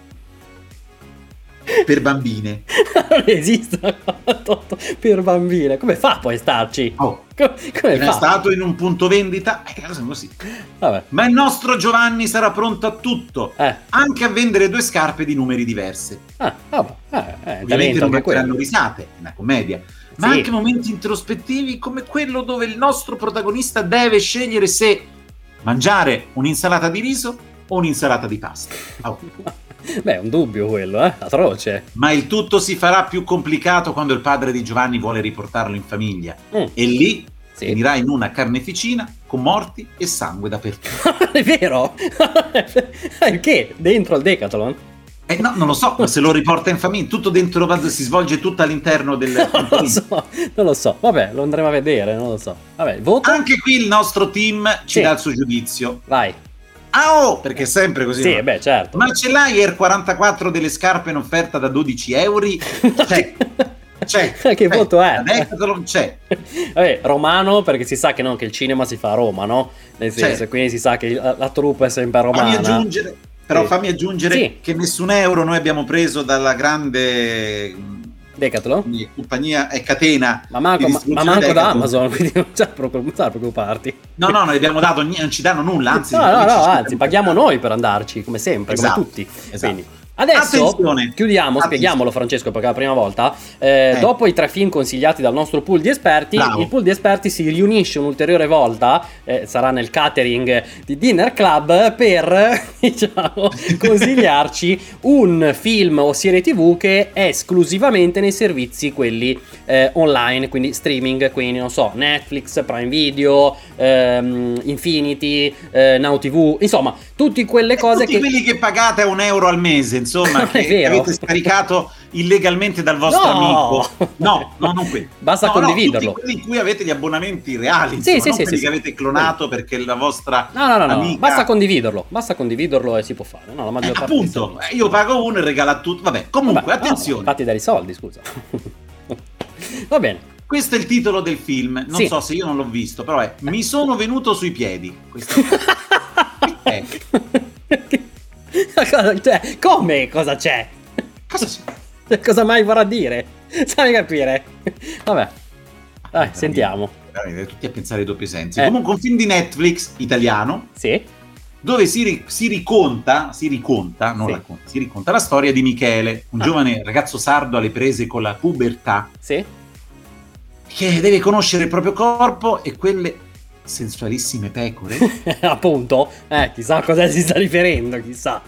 per bambine. Non esiste una quarantotto per bambine. Come fa poi a starci? Oh, Co- Come è fa? stato in un punto vendita, eh, cose così. Vabbè. Ma il nostro Giovanni sarà pronto a tutto, Eh. anche a vendere due scarpe di numeri diversi. Ah, vabbè. Eh, eh, Ovviamente talento non anche quello. metteranno risate, è una commedia, ma Sì. anche momenti introspettivi come quello dove il nostro protagonista deve scegliere se mangiare un'insalata di riso o un'insalata di pasta. Oh. Beh, è un dubbio quello, eh? Atroce. Ma il tutto si farà più complicato quando il padre di Giovanni vuole riportarlo in famiglia, Mm. e lì Sì. finirà in una carneficina con morti e sangue dappertutto. È vero? Perché? Dentro al Decathlon? Eh no, non lo so, ma se lo riporta in famiglia, tutto dentro, si svolge tutto all'interno del... Non lo so, non lo so. Vabbè, lo andremo a vedere, non lo so. Vabbè, voto? Anche qui il nostro team ci Sì. dà il suo giudizio. Vai. Ah, oh, perché è sempre così. Sì, no? beh, certo. Ma ce l'hai Air quarantaquattro delle scarpe in offerta da dodici euro? C'è. C'è. Che C'è. voto è? La Decathlon c'è. Vabbè, romano, perché si sa che, no, che il cinema si fa a Roma, no? Nel senso, Certo. quindi si sa che la, la troupe è sempre romana. Fammi aggiungere, però Sì. fammi aggiungere Sì. che nessun euro noi abbiamo preso dalla grande Decathlon? mh, compagnia e catena. Ma manco, di ma, ma distribuzione manco da Decathlon. Amazon, quindi non c'è preoccup- non c'è preoccuparti. No, no, non abbiamo dato niente, non ci danno nulla, anzi. No, no, noi no, ci anzi, stiamo paghiamo pagando. noi per andarci, come sempre, Esatto, come tutti. esatto. Quindi, adesso Attenzione. chiudiamo, Attenzione. spieghiamolo Francesco, perché è la prima volta. Eh, Eh. Dopo i tre film consigliati dal nostro pool di esperti, Bravo. il pool di esperti si riunisce un'ulteriore volta, eh, sarà nel catering di Dinner Club, per, diciamo, consigliarci un film o serie tv che è esclusivamente nei servizi quelli eh, online, quindi streaming, quindi non so, Netflix, Prime Video, ehm, Infinity, eh, Now T V, insomma, tutte quelle E cose tutti che... quelli che pagate a un euro al mese, insomma, Non è che vero. avete scaricato illegalmente dal vostro No. amico. No, no, non quelli. Basta No, no, condividerlo. tutti quelli in cui avete gli abbonamenti reali, Sì, insomma, sì, non sì, quelli sì, che sì. avete clonato perché la vostra No, no, no, no, amica... basta condividerlo, basta condividerlo e si può fare. No, la Eh, maggior parte appunto, dei servizi. io pago uno e regalo a tutti. Vabbè, comunque, Vabbè, no, attenzione. fatti dare i soldi, scusa. Va bene. Questo è il titolo del film. Non Sì. so se io non l'ho visto, però è Mi sono venuto sui piedi. Questo è. Cosa- cioè, come? Cosa c'è? Cosa c'è? Cosa mai vorrà dire? Sai capire? Vabbè. Dai, sentiamo. Veramente, tutti a pensare ai doppi sensi. Eh. Comunque, un film di Netflix italiano. Sì? dove si, ri- si riconta, si riconta, non Sì. racconta, si riconta la storia di Michele, un Ah. giovane ragazzo sardo alle prese con la pubertà, Sì? che deve conoscere il proprio corpo e quelle sensualissime pecore. Appunto, eh, chissà a cosa si sta riferendo, chissà.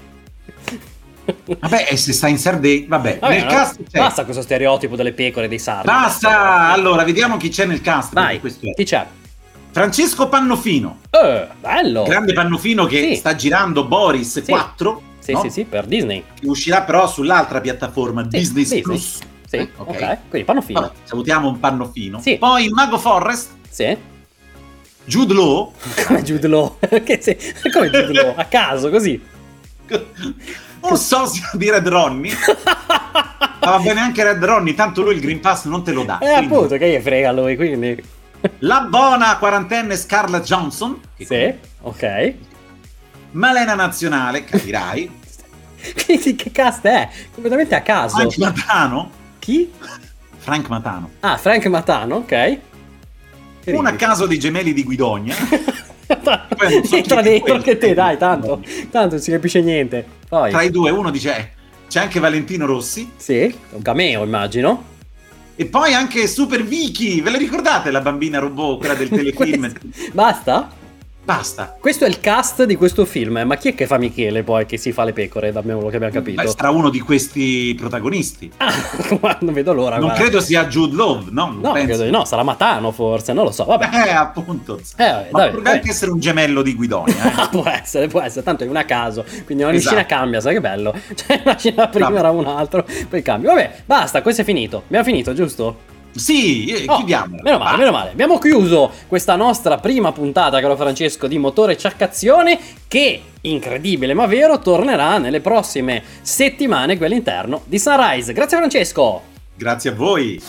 Vabbè, e se sta in Sardegna, vabbè, Vabbè, nel no, cast c'è. basta questo stereotipo delle pecore e dei sardi. Basta! Allora, vediamo chi c'è nel cast. perché Vai, questo è. chi c'è? Francesco Pannofino, Eh, bello. grande Pannofino che Sì. sta girando Boris Sì. quattro, Sì, no? sì, sì, per Disney. che uscirà però sull'altra piattaforma, Sì, Disney, Disney. Plus. Sì, Eh, ok. Quindi Pannofino. Vabbè, salutiamo un Pannofino. Sì. Poi il Mago Forrest, Sì. Jude Law, Come Jude Law. Che sì. Come Jude Law? A caso, così. un sosia di Red Ronnie. Ma va bene anche Red Ronnie, tanto lui il Green Pass non te lo dà. Eh, quindi- appunto, che gli frega lui, quindi... La buona quarantenne Scarlett Johansson, che Sì, ok. Malena Nazionale, capirai. Quindi che cast è? Completamente a caso. Frank Matano, Chi? Frank Matano. Ah, Frank Matano, ok. Che Un a ridi? caso di Gemelli di Guidogna. Poi non so Entra chi è dentro quello. che te, dai, tanto. Tanto non si capisce niente. Poi. Tra i due uno dice eh, c'è anche Valentino Rossi Sì, un cameo, immagino. e poi anche Super Vicky, ve le ricordate la bambina robot, quella del telefilm? Questo- Basta? Basta. Questo è il cast di questo film, eh, ma chi è che fa Michele poi che si fa le pecore, da quello che abbiamo capito? Beh, sarà uno di questi protagonisti. Ah, non vedo l'ora. Non guarda. credo sia Jude Law, no? Non No, penso. credo di no, sarà Matano forse, non lo so, vabbè. Eh, appunto. Eh, vabbè, Ma dai, potrebbe dai. anche essere un gemello di Guidogna. Ah, Eh. può essere, può essere, tanto è una a caso, quindi ogni Esatto. scena cambia, sai che bello? Cioè, una scena prima Vabbè. era un altro, poi cambia. Vabbè, basta, questo è finito. Abbiamo finito, giusto? Sì, eh, Oh, chiudiamo. Meno male, meno male. Abbiamo chiuso questa nostra prima puntata, caro Francesco, di Motore Ciaccazione, che, incredibile ma vero, tornerà nelle prossime settimane qui all'interno di Sunrise. Grazie Francesco! Grazie a voi.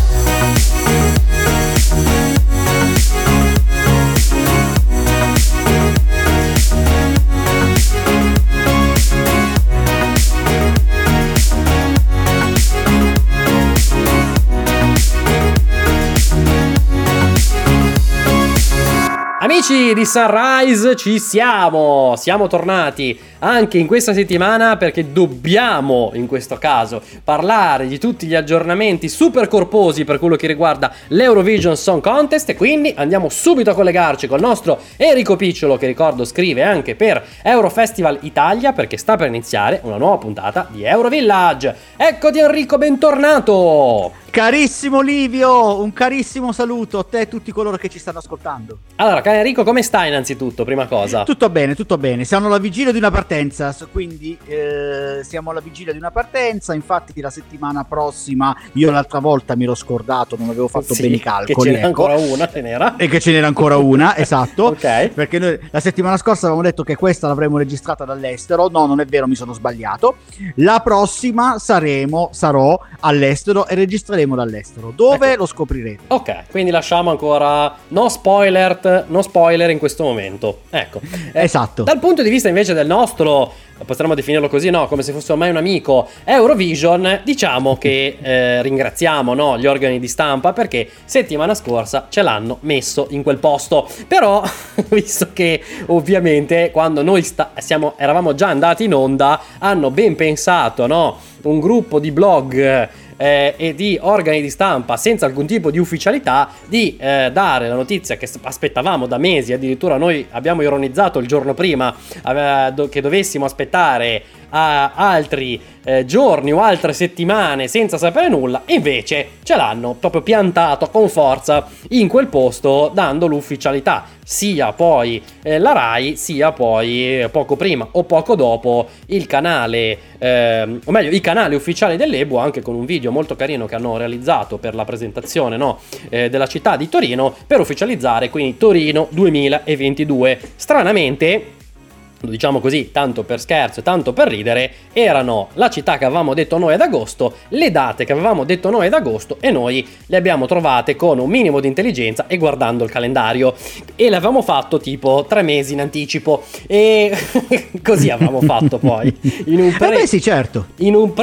Amici di Sunrise, ci siamo! Siamo tornati anche in questa settimana perché dobbiamo, in questo caso, parlare di tutti gli aggiornamenti super corposi per quello che riguarda l'Eurovision Song Contest e quindi andiamo subito a collegarci col nostro Enrico Picciolo, che ricordo scrive anche per Eurofestival Italia, perché sta per iniziare una nuova puntata di Eurovillage. Eccoti Enrico, bentornato! Carissimo Livio, un carissimo saluto a te e tutti coloro che ci stanno ascoltando. Allora, caro Enrico, come stai innanzitutto, prima cosa? Tutto bene, tutto bene. Siamo alla vigilia di una partenza, s- quindi eh, siamo alla vigilia di una partenza. Infatti la settimana prossima, io l'altra volta mi ero scordato, non avevo fatto Sì, bene i che calcoli. ce n'era ecco. ancora una, ce n'era. E che ce n'era ancora una, esatto. Ok. Perché noi la settimana scorsa avevamo detto che questa l'avremmo registrata dall'estero. No, non è vero, mi sono sbagliato. La prossima saremo, sarò all'estero e registreremo dall'estero. Dove Ecco. lo scoprirete. Ok, quindi lasciamo ancora no spoiler, no spoiler in questo momento. Ecco. Eh, Esatto. Dal punto di vista invece del nostro, potremmo definirlo così, no, come se fosse ormai un amico Eurovision, diciamo che eh, ringraziamo, no, gli organi di stampa perché settimana scorsa ce l'hanno messo in quel posto. Però, visto che ovviamente quando noi sta- siamo, eravamo già andati in onda, hanno ben pensato, no, un gruppo di blog eh, e di organi di stampa senza alcun tipo di ufficialità di eh, dare la notizia che s- aspettavamo da mesi. Addirittura noi abbiamo ironizzato il giorno prima eh, do- che dovessimo aspettare a altri eh, giorni o altre settimane senza sapere nulla, e invece ce l'hanno proprio piantato con forza in quel posto, dando l'ufficialità sia poi eh, la Rai, sia poi eh, poco prima o poco dopo il canale, ehm, o meglio i canali ufficiali dell'E B U, anche con un video molto carino che hanno realizzato per la presentazione, no, eh, della città di Torino, per ufficializzare quindi Torino duemilaventidue. Stranamente, lo diciamo così, tanto per scherzo e tanto per ridere, erano la città che avevamo detto noi ad agosto, le date che avevamo detto noi ad agosto, e noi le abbiamo trovate con un minimo di intelligenza e guardando il calendario, e l'avevamo fatto tipo tre mesi in anticipo, e così avevamo fatto poi in un Eh pre beh sì, certo. in un pre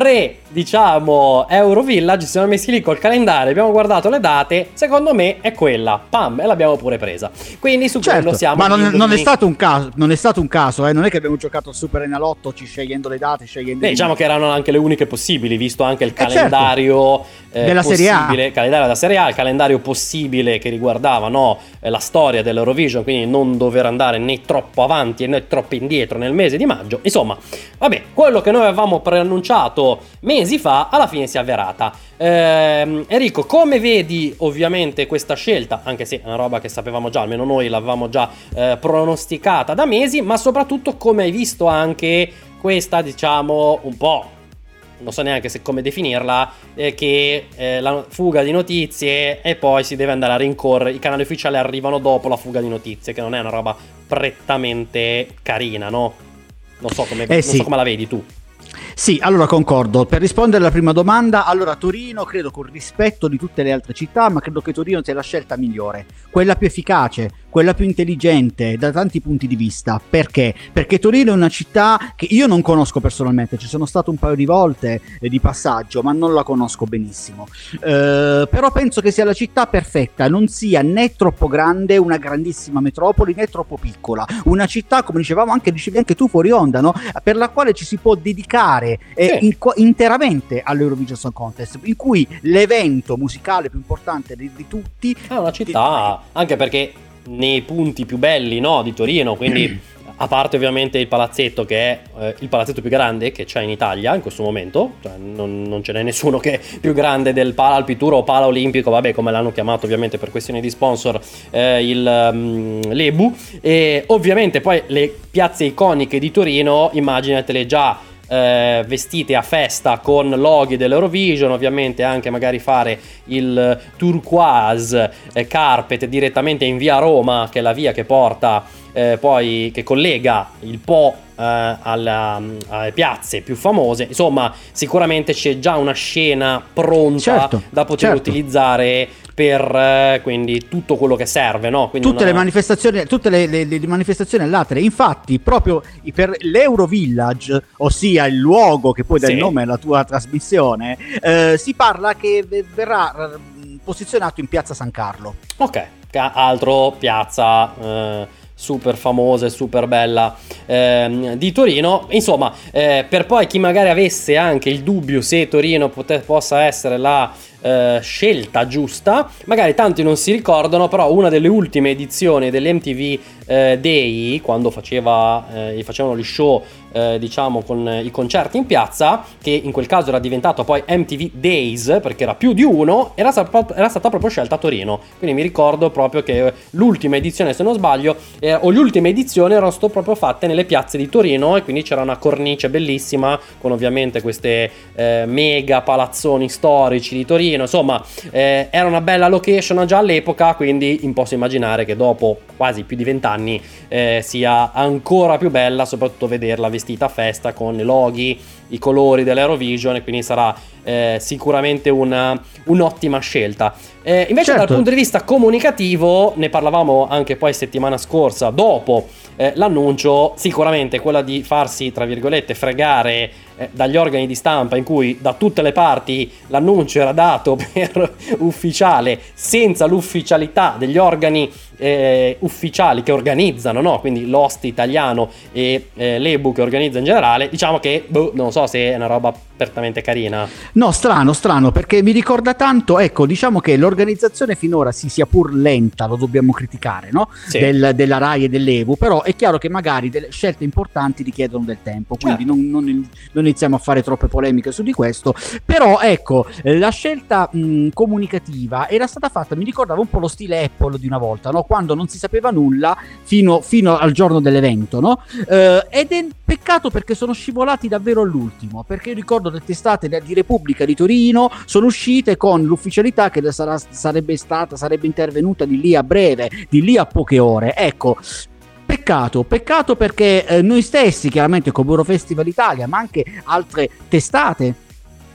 diciamo Eurovillage, ci siamo messi lì col calendario, abbiamo guardato le date, secondo me è quella, pam, e l'abbiamo pure presa. Quindi su certo, quello siamo. Ma non, non è stato un caso, non è stato un caso, eh? Non è che abbiamo giocato al Super Enalotto ci scegliendo le date, scegliendo. Beh, diciamo che erano anche le uniche possibili, visto anche il Eh, certo. calendario eh, Della Serie A. possibile, calendario della Serie A, il calendario possibile che riguardava, no, eh, la storia dell'Eurovision, quindi non dover andare né troppo avanti né troppo indietro nel mese di maggio. Insomma, vabbè, quello che noi avevamo preannunciato mesi fa alla fine si è avverata. Eh, Enrico, come vedi ovviamente questa scelta, anche se è una roba che sapevamo già, almeno noi l'avevamo già eh, pronosticata da mesi, ma soprattutto come hai visto anche questa, diciamo, un po', non so neanche se come definirla, eh, che eh, la fuga di notizie e poi si deve andare a rincorrere, i canali ufficiali arrivano dopo la fuga di notizie, che non è una roba prettamente carina, no? Non so come, eh non sì. so come la vedi tu. Sì, allora concordo. Per rispondere alla prima domanda, allora Torino credo con rispetto di tutte le altre città, ma credo che Torino sia la scelta migliore, quella più efficace, quella più intelligente da tanti punti di vista. Perché? Perché Torino è una città che io non conosco personalmente, ci sono stato un paio di volte eh, di passaggio, ma non la conosco benissimo. Eh, però penso che sia la città perfetta, non sia né troppo grande, una grandissima metropoli, né troppo piccola. Una città, come dicevamo anche, dicevi anche tu fuori onda, no? Per la quale ci si può dedicare eh, Sì. in, interamente all'Eurovision Song Contest, in cui l'evento musicale più importante di, di tutti È una città, anche perché nei punti più belli, no, di Torino, quindi a parte ovviamente il palazzetto, che è eh, il palazzetto più grande che c'è in Italia in questo momento, cioè non, non ce n'è nessuno che è più grande del Pala Alpitour o Pala Olimpico, vabbè, come l'hanno chiamato ovviamente per questioni di sponsor, eh, il um, l'Ebu, e ovviamente poi le piazze iconiche di Torino, immaginatele già Eh, vestite a festa con loghi dell'Eurovision, ovviamente anche magari fare il turquoise eh, carpet direttamente in via Roma, che è la via che porta eh, poi che collega il Po eh, alla, alle piazze più famose. Insomma, sicuramente c'è già una scena pronta, certo, da poter certo. utilizzare per eh, quindi tutto quello che serve, no? Quindi tutte una... le manifestazioni, tutte le, le, le manifestazioni all'altre. Infatti, proprio per l'Eurovillage, ossia il luogo che poi dà Sì. il nome alla tua trasmissione, eh, si parla che verrà eh, posizionato in piazza San Carlo. Ok, ca- altro piazza eh, super famosa e super bella ehm, di Torino. Insomma, eh, per poi chi magari avesse anche il dubbio se Torino pote- possa essere la eh, scelta giusta, magari tanti non si ricordano, però una delle ultime edizioni dell'M T V eh, Day, quando faceva, eh, facevano gli show eh, diciamo con i concerti in piazza, che in quel caso era diventato poi M T V Days perché era più di uno, era, sta- era stata proprio scelta a Torino. Quindi mi ricordo proprio che l'ultima edizione, se non sbaglio, eh, o le ultime edizioni erano sto proprio fatte nelle piazze di Torino, e quindi c'era una cornice bellissima con ovviamente queste eh, mega palazzoni storici di Torino. Insomma, eh, era una bella location già all'epoca, quindi posso immaginare che dopo quasi più di vent'anni eh, sia ancora più bella, soprattutto vederla vestita a festa con i loghi, i colori dell'Eurovision, e quindi sarà eh, sicuramente una, un'ottima scelta. Eh, invece Certo. dal punto di vista comunicativo, ne parlavamo anche poi settimana scorsa, dopo eh, l'annuncio, sicuramente quella di farsi, tra virgolette, fregare eh, dagli organi di stampa, in cui da tutte le parti l'annuncio era dato per ufficiale, senza l'ufficialità degli organi eh, ufficiali che organizzano, no? Quindi l'host italiano e eh, l'Ebu che organizza in generale. Diciamo che boh, non so se è una roba apertamente carina. No, strano, strano, perché mi ricorda tanto, ecco, diciamo che l'organizzazione finora si sia pur lenta, lo dobbiamo criticare, no? Sì. Del, della Rai e dell'Ebu, però è chiaro che magari delle scelte importanti richiedono del tempo, quindi Certo. non, non, non iniziamo a fare troppe polemiche su di questo. Però ecco, eh, la scelta mh, comunicativa era stata fatta, mi ricordava un po' lo stile Apple di una volta, no? Quando non si sapeva nulla fino, fino al giorno dell'evento, no? Eh, ed è peccato perché sono scivolati davvero all'ultimo, perché io ricordo le testate di Repubblica di Torino sono uscite con l'ufficialità che sarà, sarebbe stata, sarebbe intervenuta di lì a breve, di lì a poche ore. Ecco, peccato, peccato perché eh, noi stessi, chiaramente come Eurofestival Italia, ma anche altre testate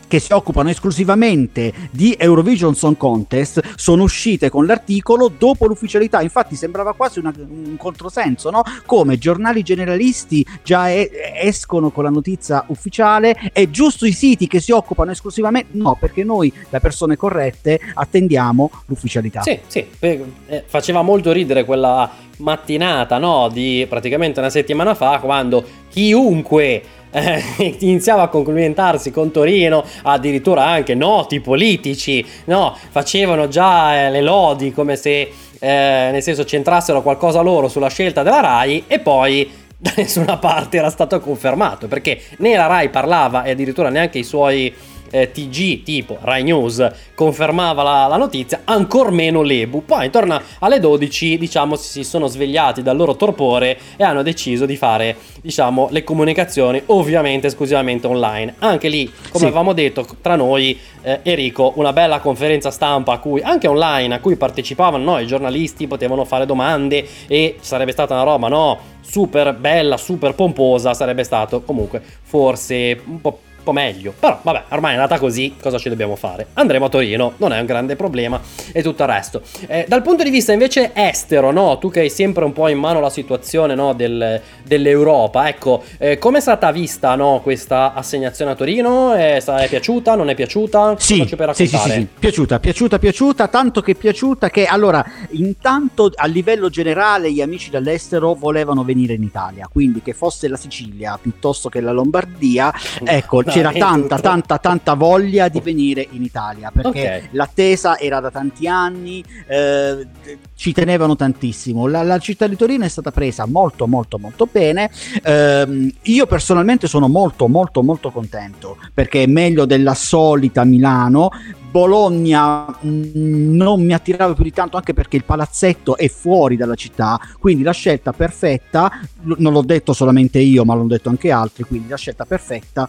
che si occupano esclusivamente di Eurovision Song Contest sono uscite con l'articolo dopo l'ufficialità. Infatti sembrava quasi una, un controsenso, no? Come giornali generalisti già e- escono con la notizia ufficiale e giusto i siti che si occupano esclusivamente no, perché noi da persone corrette attendiamo l'ufficialità. Sì, sì, eh, faceva molto ridere quella mattinata, no, di praticamente una settimana fa, quando chiunque eh, iniziava a complimentarsi con Torino, addirittura anche noti politici, no, facevano già eh, le lodi come se eh, nel senso centrassero qualcosa loro sulla scelta della Rai, e poi da nessuna parte era stato confermato, perché né la Rai parlava e addirittura neanche i suoi eh, T G tipo Rai News confermava la, la notizia, ancor meno l'E B U. Poi intorno alle dodici, diciamo, si sono svegliati dal loro torpore e hanno deciso di fare, diciamo, le comunicazioni ovviamente esclusivamente online. Anche lì, come Sì. avevamo detto tra noi, eh, Enrico, una bella conferenza stampa a cui anche online a cui partecipavano, no, i giornalisti potevano fare domande e sarebbe stata una roba, no, super bella, super pomposa, sarebbe stato comunque forse un po' po' meglio, però vabbè, ormai è andata così, cosa ci dobbiamo fare? Andremo a Torino, non è un grande problema, e tutto il resto. Eh, dal punto di vista invece estero, no, tu che hai sempre un po' in mano la situazione, no, del, dell'Europa, ecco, eh, come è stata vista, no, questa assegnazione a Torino? Eh, è piaciuta, non è piaciuta? Sì, Cosa ci puoi sì, sì, raccontare? sì, sì, piaciuta, piaciuta, piaciuta, tanto che piaciuta che allora, intanto a livello generale gli amici dall'estero volevano venire in Italia, quindi che fosse la Sicilia piuttosto che la Lombardia, ecco, No, c'era è tanta, tutto. tanta, tanta voglia di venire in Italia, perché Ok. l'attesa era da tanti anni, eh, ci tenevano tantissimo. La, la città di Torino è stata presa molto, molto, molto bene. Ehm, io personalmente sono molto, molto, molto contento, perché è meglio della solita Milano. Bologna mh, non mi attirava più di tanto, anche perché il palazzetto è fuori dalla città, quindi la scelta perfetta, l- non l'ho detto solamente io, ma l'hanno detto anche altri, quindi la scelta perfetta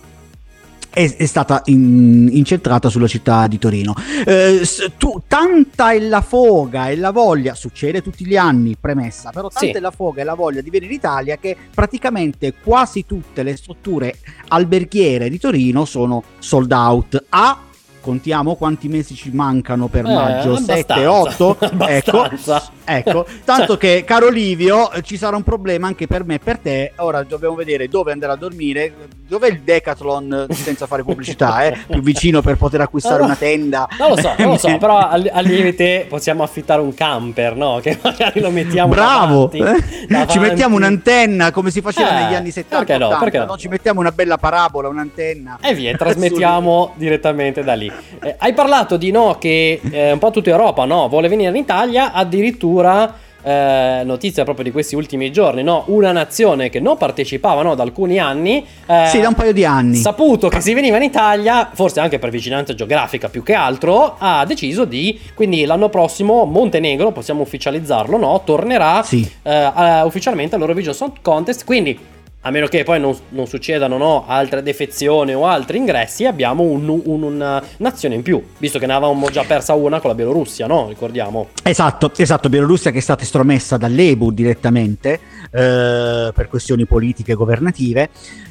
è, è stata in- incentrata sulla città di Torino. Eh, s- tu, tanta è la foga e la voglia, succede tutti gli anni, premessa, però tanta Sì. è la foga e la voglia di venire in Italia che praticamente quasi tutte le strutture alberghiere di Torino sono sold out. A contiamo quanti mesi ci mancano per Eh, maggio, abbastanza, sette otto, ecco, abbastanza. ecco, tanto Cioè- che caro Livio eh, ci sarà un problema anche per me e per te. Ora dobbiamo vedere dove andare a dormire, dov'è il Decathlon, senza fare pubblicità, eh, più vicino per poter acquistare una tenda. Non lo so, non lo so, però al, al limite possiamo affittare un camper, no? Che magari lo mettiamo Bravo, davanti, eh? davanti. Ci mettiamo un'un'antenna come si faceva Eh, negli anni settanta perché no, ottanta, perché no? no? Ci mettiamo una bella parabola, un'antenna E via, trasmettiamo direttamente da lì. Eh, hai parlato di no che eh, un po' tutta Europa, no, vuole venire in Italia, addirittura eh, notizia proprio di questi ultimi giorni, no, una nazione che non partecipava, no, da alcuni anni, eh, Sì, da un paio di anni. saputo che si veniva in Italia, forse anche per vicinanza geografica più che altro, ha deciso di, quindi l'anno prossimo Montenegro, possiamo ufficializzarlo, no, tornerà Sì. eh, a- ufficialmente all'Eurovision Song Contest, quindi a meno che poi non, non succedano, no, altre defezioni o altri ingressi, abbiamo un- un- una nazione in più, visto che ne avevamo già persa una con la Bielorussia, no? Ricordiamo. Esatto, esatto, Bielorussia che è stata estromessa dall'E B U direttamente eh, per questioni politiche e governative.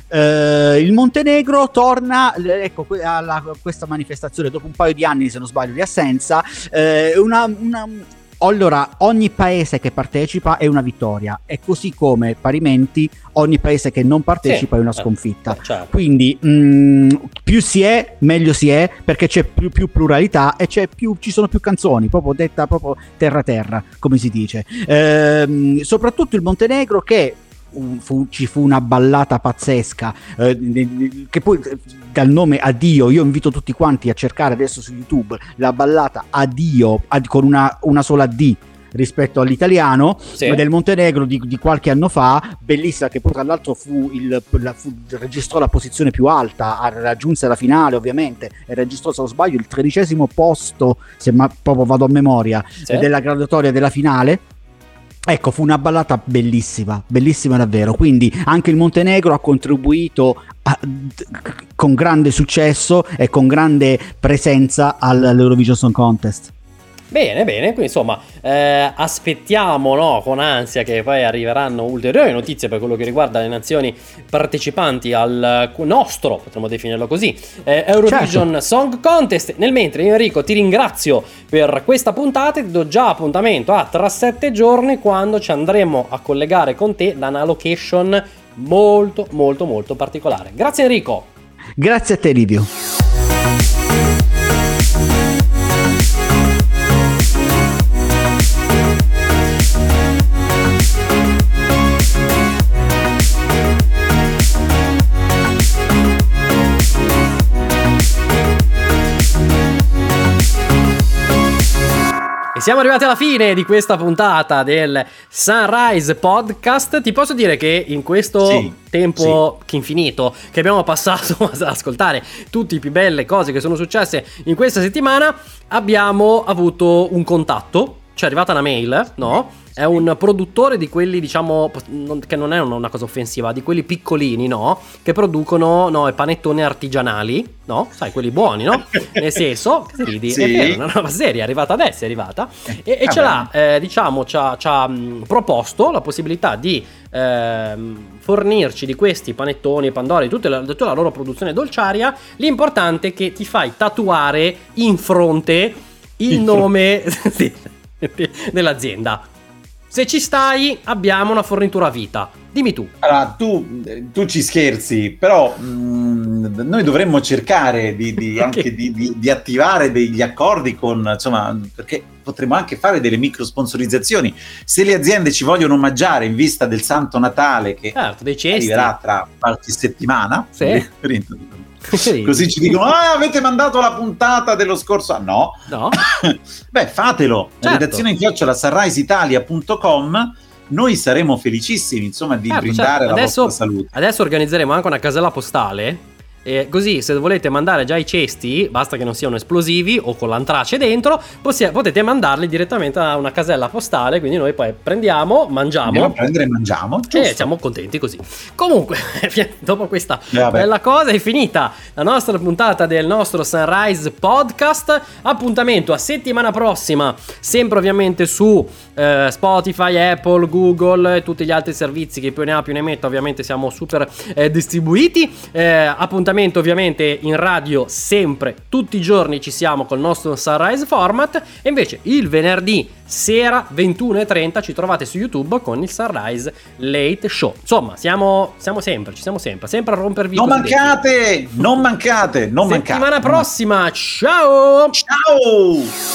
Eh, il Montenegro torna, l- ecco, que- alla questa manifestazione dopo un paio di anni, se non sbaglio, di assenza. eh, una, una- allora, ogni paese che partecipa è una vittoria, e così come parimenti ogni paese che non partecipa Sì, è una eh, sconfitta. eh, certo. Quindi mh, più si è, meglio si è, perché c'è più, più pluralità e c'è più, ci sono più canzoni, proprio detta proprio terra terra, come si dice. Ehm, soprattutto il Montenegro, che um, fu- ci fu una ballata pazzesca, eh, ne- ne- che poi eh, dal nome Addio, io invito tutti quanti a cercare adesso su YouTube la ballata Addio ad- con una, una sola D rispetto all'italiano, Sì. del Montenegro di, di qualche anno fa, bellissima, che poi tra l'altro fu il, la, fu, registrò la posizione più alta, a- raggiunse la finale ovviamente e registrò, se non sbaglio, il tredicesimo posto, se ma, proprio vado a memoria, Sì. eh, della graduatoria della finale. Ecco, fu una ballata bellissima, bellissima davvero, quindi anche il Montenegro ha contribuito a- d- con grande successo e con grande presenza all- all'Eurovision Song Contest. Bene, bene, quindi insomma eh, aspettiamo, no, con ansia che poi arriveranno ulteriori notizie per quello che riguarda le nazioni partecipanti al nostro, potremmo definirlo così, eh, Eurovision certo. Song Contest. Nel mentre Enrico ti ringrazio per questa puntata e ti do già appuntamento a tra sette giorni, quando ci andremo a collegare con te da una location molto molto molto particolare. Grazie Enrico. Grazie a te Livio. E siamo arrivati alla fine di questa puntata del Sunrise Podcast. Ti posso dire che in questo sì, tempo sì. infinito che abbiamo passato ad ascoltare tutte le più belle cose che sono successe in questa settimana, abbiamo avuto un contatto, ci è arrivata una mail, no? È un produttore di quelli, diciamo, che non è una cosa offensiva, di quelli piccolini, no? Che producono, no, panettoni artigianali, no? Sai, quelli buoni, no? Nel senso, che ridi, sì. È vero, una roba seria, è arrivata adesso, è arrivata. E, e ce l'ha, eh, diciamo, ci ha, ci ha proposto la possibilità di eh, fornirci di questi panettoni, pandori, tutta la, tutta la loro produzione dolciaria. L'importante è che ti fai tatuare in fronte il in nome sì, dell'azienda. Se ci stai, abbiamo una fornitura a vita. Dimmi tu. Allora, tu, tu ci scherzi, però mh, noi dovremmo cercare di, di, anche di, di, di attivare degli accordi con, insomma, perché potremmo anche fare delle micro sponsorizzazioni. Se le aziende ci vogliono omaggiare in vista del Santo Natale, che certo, dei cesti. Arriverà tra qualche settimana, sì. Così ci dicono: ah, avete mandato la puntata dello scorso anno. No, beh, fatelo. Certo. Redazione chiocciola sunrise italia punto com. Noi saremo felicissimi, insomma, di certo, brindare certo. la Adesso, vostra salute. Adesso organizzeremo anche una casella postale. E così, se volete mandare già i cesti, basta che non siano esplosivi o con l'antrace dentro, possi- potete mandarli direttamente a una casella postale. Quindi noi poi prendiamo, mangiamo. Andiamo a prendere e mangiamo. Giusto. E siamo contenti così. Comunque, dopo questa Vabbè. bella cosa, è finita la nostra puntata del nostro Sunrise Podcast. Appuntamento a settimana prossima, sempre ovviamente su eh, Spotify, Apple, Google e tutti gli altri servizi che più ne ha più ne metta. Ovviamente siamo super eh, distribuiti. Eh, appuntamento ovviamente in radio sempre, tutti i giorni ci siamo col nostro Sunrise Format. E invece il venerdì sera ventuno e trenta ci trovate su YouTube con il Sunrise Late Show. Insomma, siamo, siamo sempre, ci siamo sempre, sempre a rompervi. Non mancate, non mancate, non mancate. Settimana prossima, ciao! Ciao!